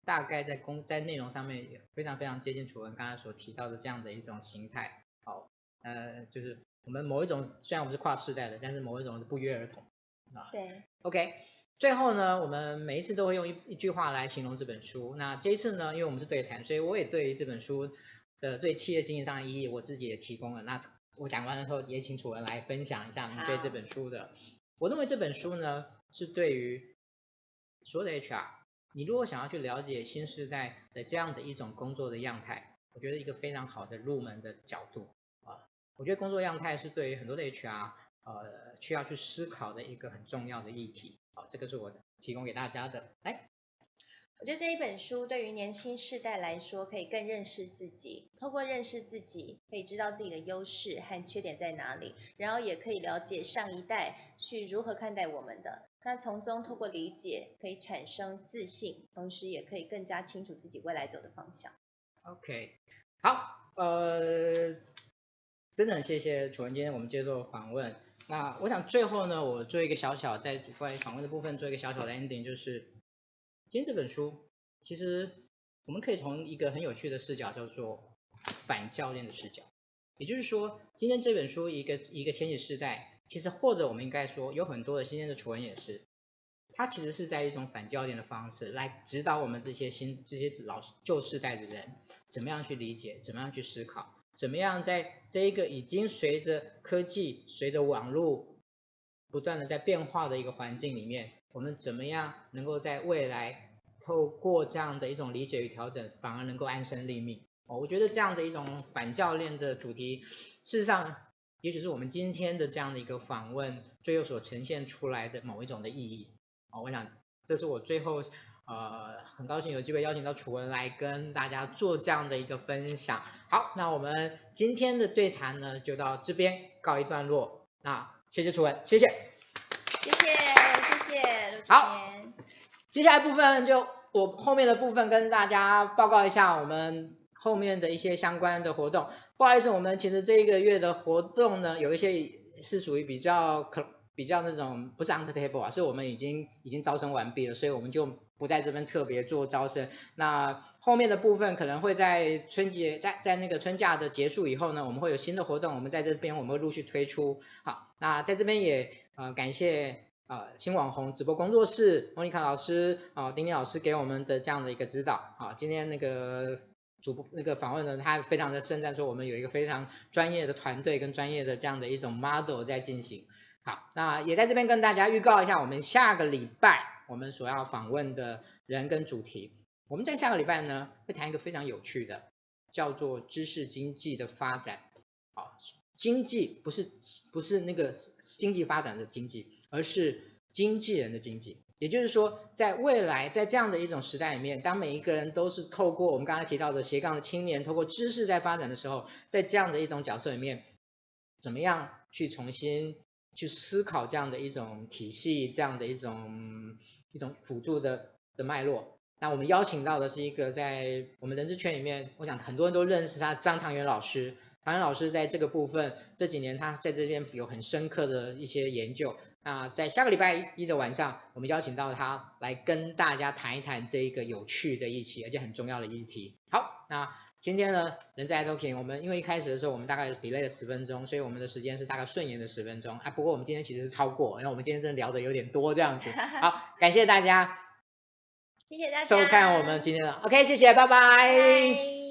大概在公在内容上面也非常非常接近楚文刚才所提到的这样的一种形态。好，呃，就是我们某一种虽然我们是跨世代的，但是某一种是不约而同啊。 对 ，OK。最后呢，我们每一次都会用一一句话来形容这本书。那这一次呢，因为我们是对谈，所以我也对于这本书的对企业经营上的意义，我自己也提供了。那我讲完的时候，也请楚文来分享一下您对这本书的。我认为这本书呢，是对于所有的 H R， 你如果想要去了解新时代的这样的一种工作的样态，我觉得一个非常好的入门的角度啊。我觉得工作样态是对于很多的 H R 呃需要去思考的一个很重要的议题。好，这个是我提供给大家的。来， 我觉得这一本书对于年轻世代来说，可以更认识自己，透过认识自己，可以知道自己的优势和缺点在哪里，然后也可以了解上一代去如何看待我们的。那从中透过理解，可以产生自信，同时也可以更加清楚自己未来走的方向。 OK， 好，呃，真的很谢谢楚文今天我们接受访问。那我想最后呢，我做一个小小在关于访问的部分做一个小小的 ending， 就是今天这本书其实我们可以从一个很有趣的视角叫做反教练的视角，也就是说今天这本书一个一个千禧世代，其实或者我们应该说有很多的今天的楚文也是，他其实是在一种反教练的方式来指导我们这些新这些老旧世代的人怎么样去理解，怎么样去思考，怎么样在这一个已经随着科技随着网络不断的在变化的一个环境里面，我们怎么样能够在未来透过这样的一种理解与调整反而能够安身立命。哦，我觉得这样的一种反教练的主题，事实上也许是我们今天的这样的一个访问最后所呈现出来的某一种的意义。哦，我想这是我最后呃很高兴有机会邀请到楚文来跟大家做这样的一个分享。好，那我们今天的对谈呢就到这边告一段落。那谢谢楚文，谢谢， 谢谢谢谢陆主好， 编。 接下来部分就我后面的部分跟大家报告一下我们后面的一些相关的活动。不好意思，我们其实这一个月的活动呢，有一些是属于比较可比较那种不是 on the table 啊，是我们已经已经招生完毕了，所以我们就不在这边特别做招生。那后面的部分可能会在春节在在那个春假的结束以后呢，我们会有新的活动，我们在这边我们会陆续推出。好，那在这边也呃感谢呃新网红直播工作室莫妮卡老师啊、呃、丁丁老师给我们的这样的一个指导。好，今天那个主播那个访问呢，他非常的盛赞说我们有一个非常专业的团队跟专业的这样的一种 model 在进行。好，那也在这边跟大家预告一下我们下个礼拜我们所要访问的人跟主题。我们在下个礼拜呢会谈一个非常有趣的，叫做知识经济的发展。好，经济不是不是那个经济发展的经济，而是经纪人的经济。也就是说在未来在这样的一种时代里面，当每一个人都是透过我们刚才提到的斜杠的青年透过知识在发展的时候，在这样的一种角色里面怎么样去重新去思考这样的一种体系，这样的一种一种辅助的的脉络。那我们邀请到的是一个在我们人资圈里面，我想很多人都认识他，张唐元老师。唐元老师在这个部分这几年他在这边有很深刻的一些研究。那在下个礼拜一的晚上，我们邀请到他来跟大家谈一谈这一个有趣的议题，而且很重要的议题。好，那今天呢，人在 Talking， 我们因为一开始的时候我们大概 delay 了十分钟，所以我们的时间是大概顺延的十分钟啊。不过我们今天其实是超过，因为我们今天真的聊的有点多这样子。好，感谢大家， 谢谢大家收看我们今天的 OK， 谢谢，拜拜。 拜拜。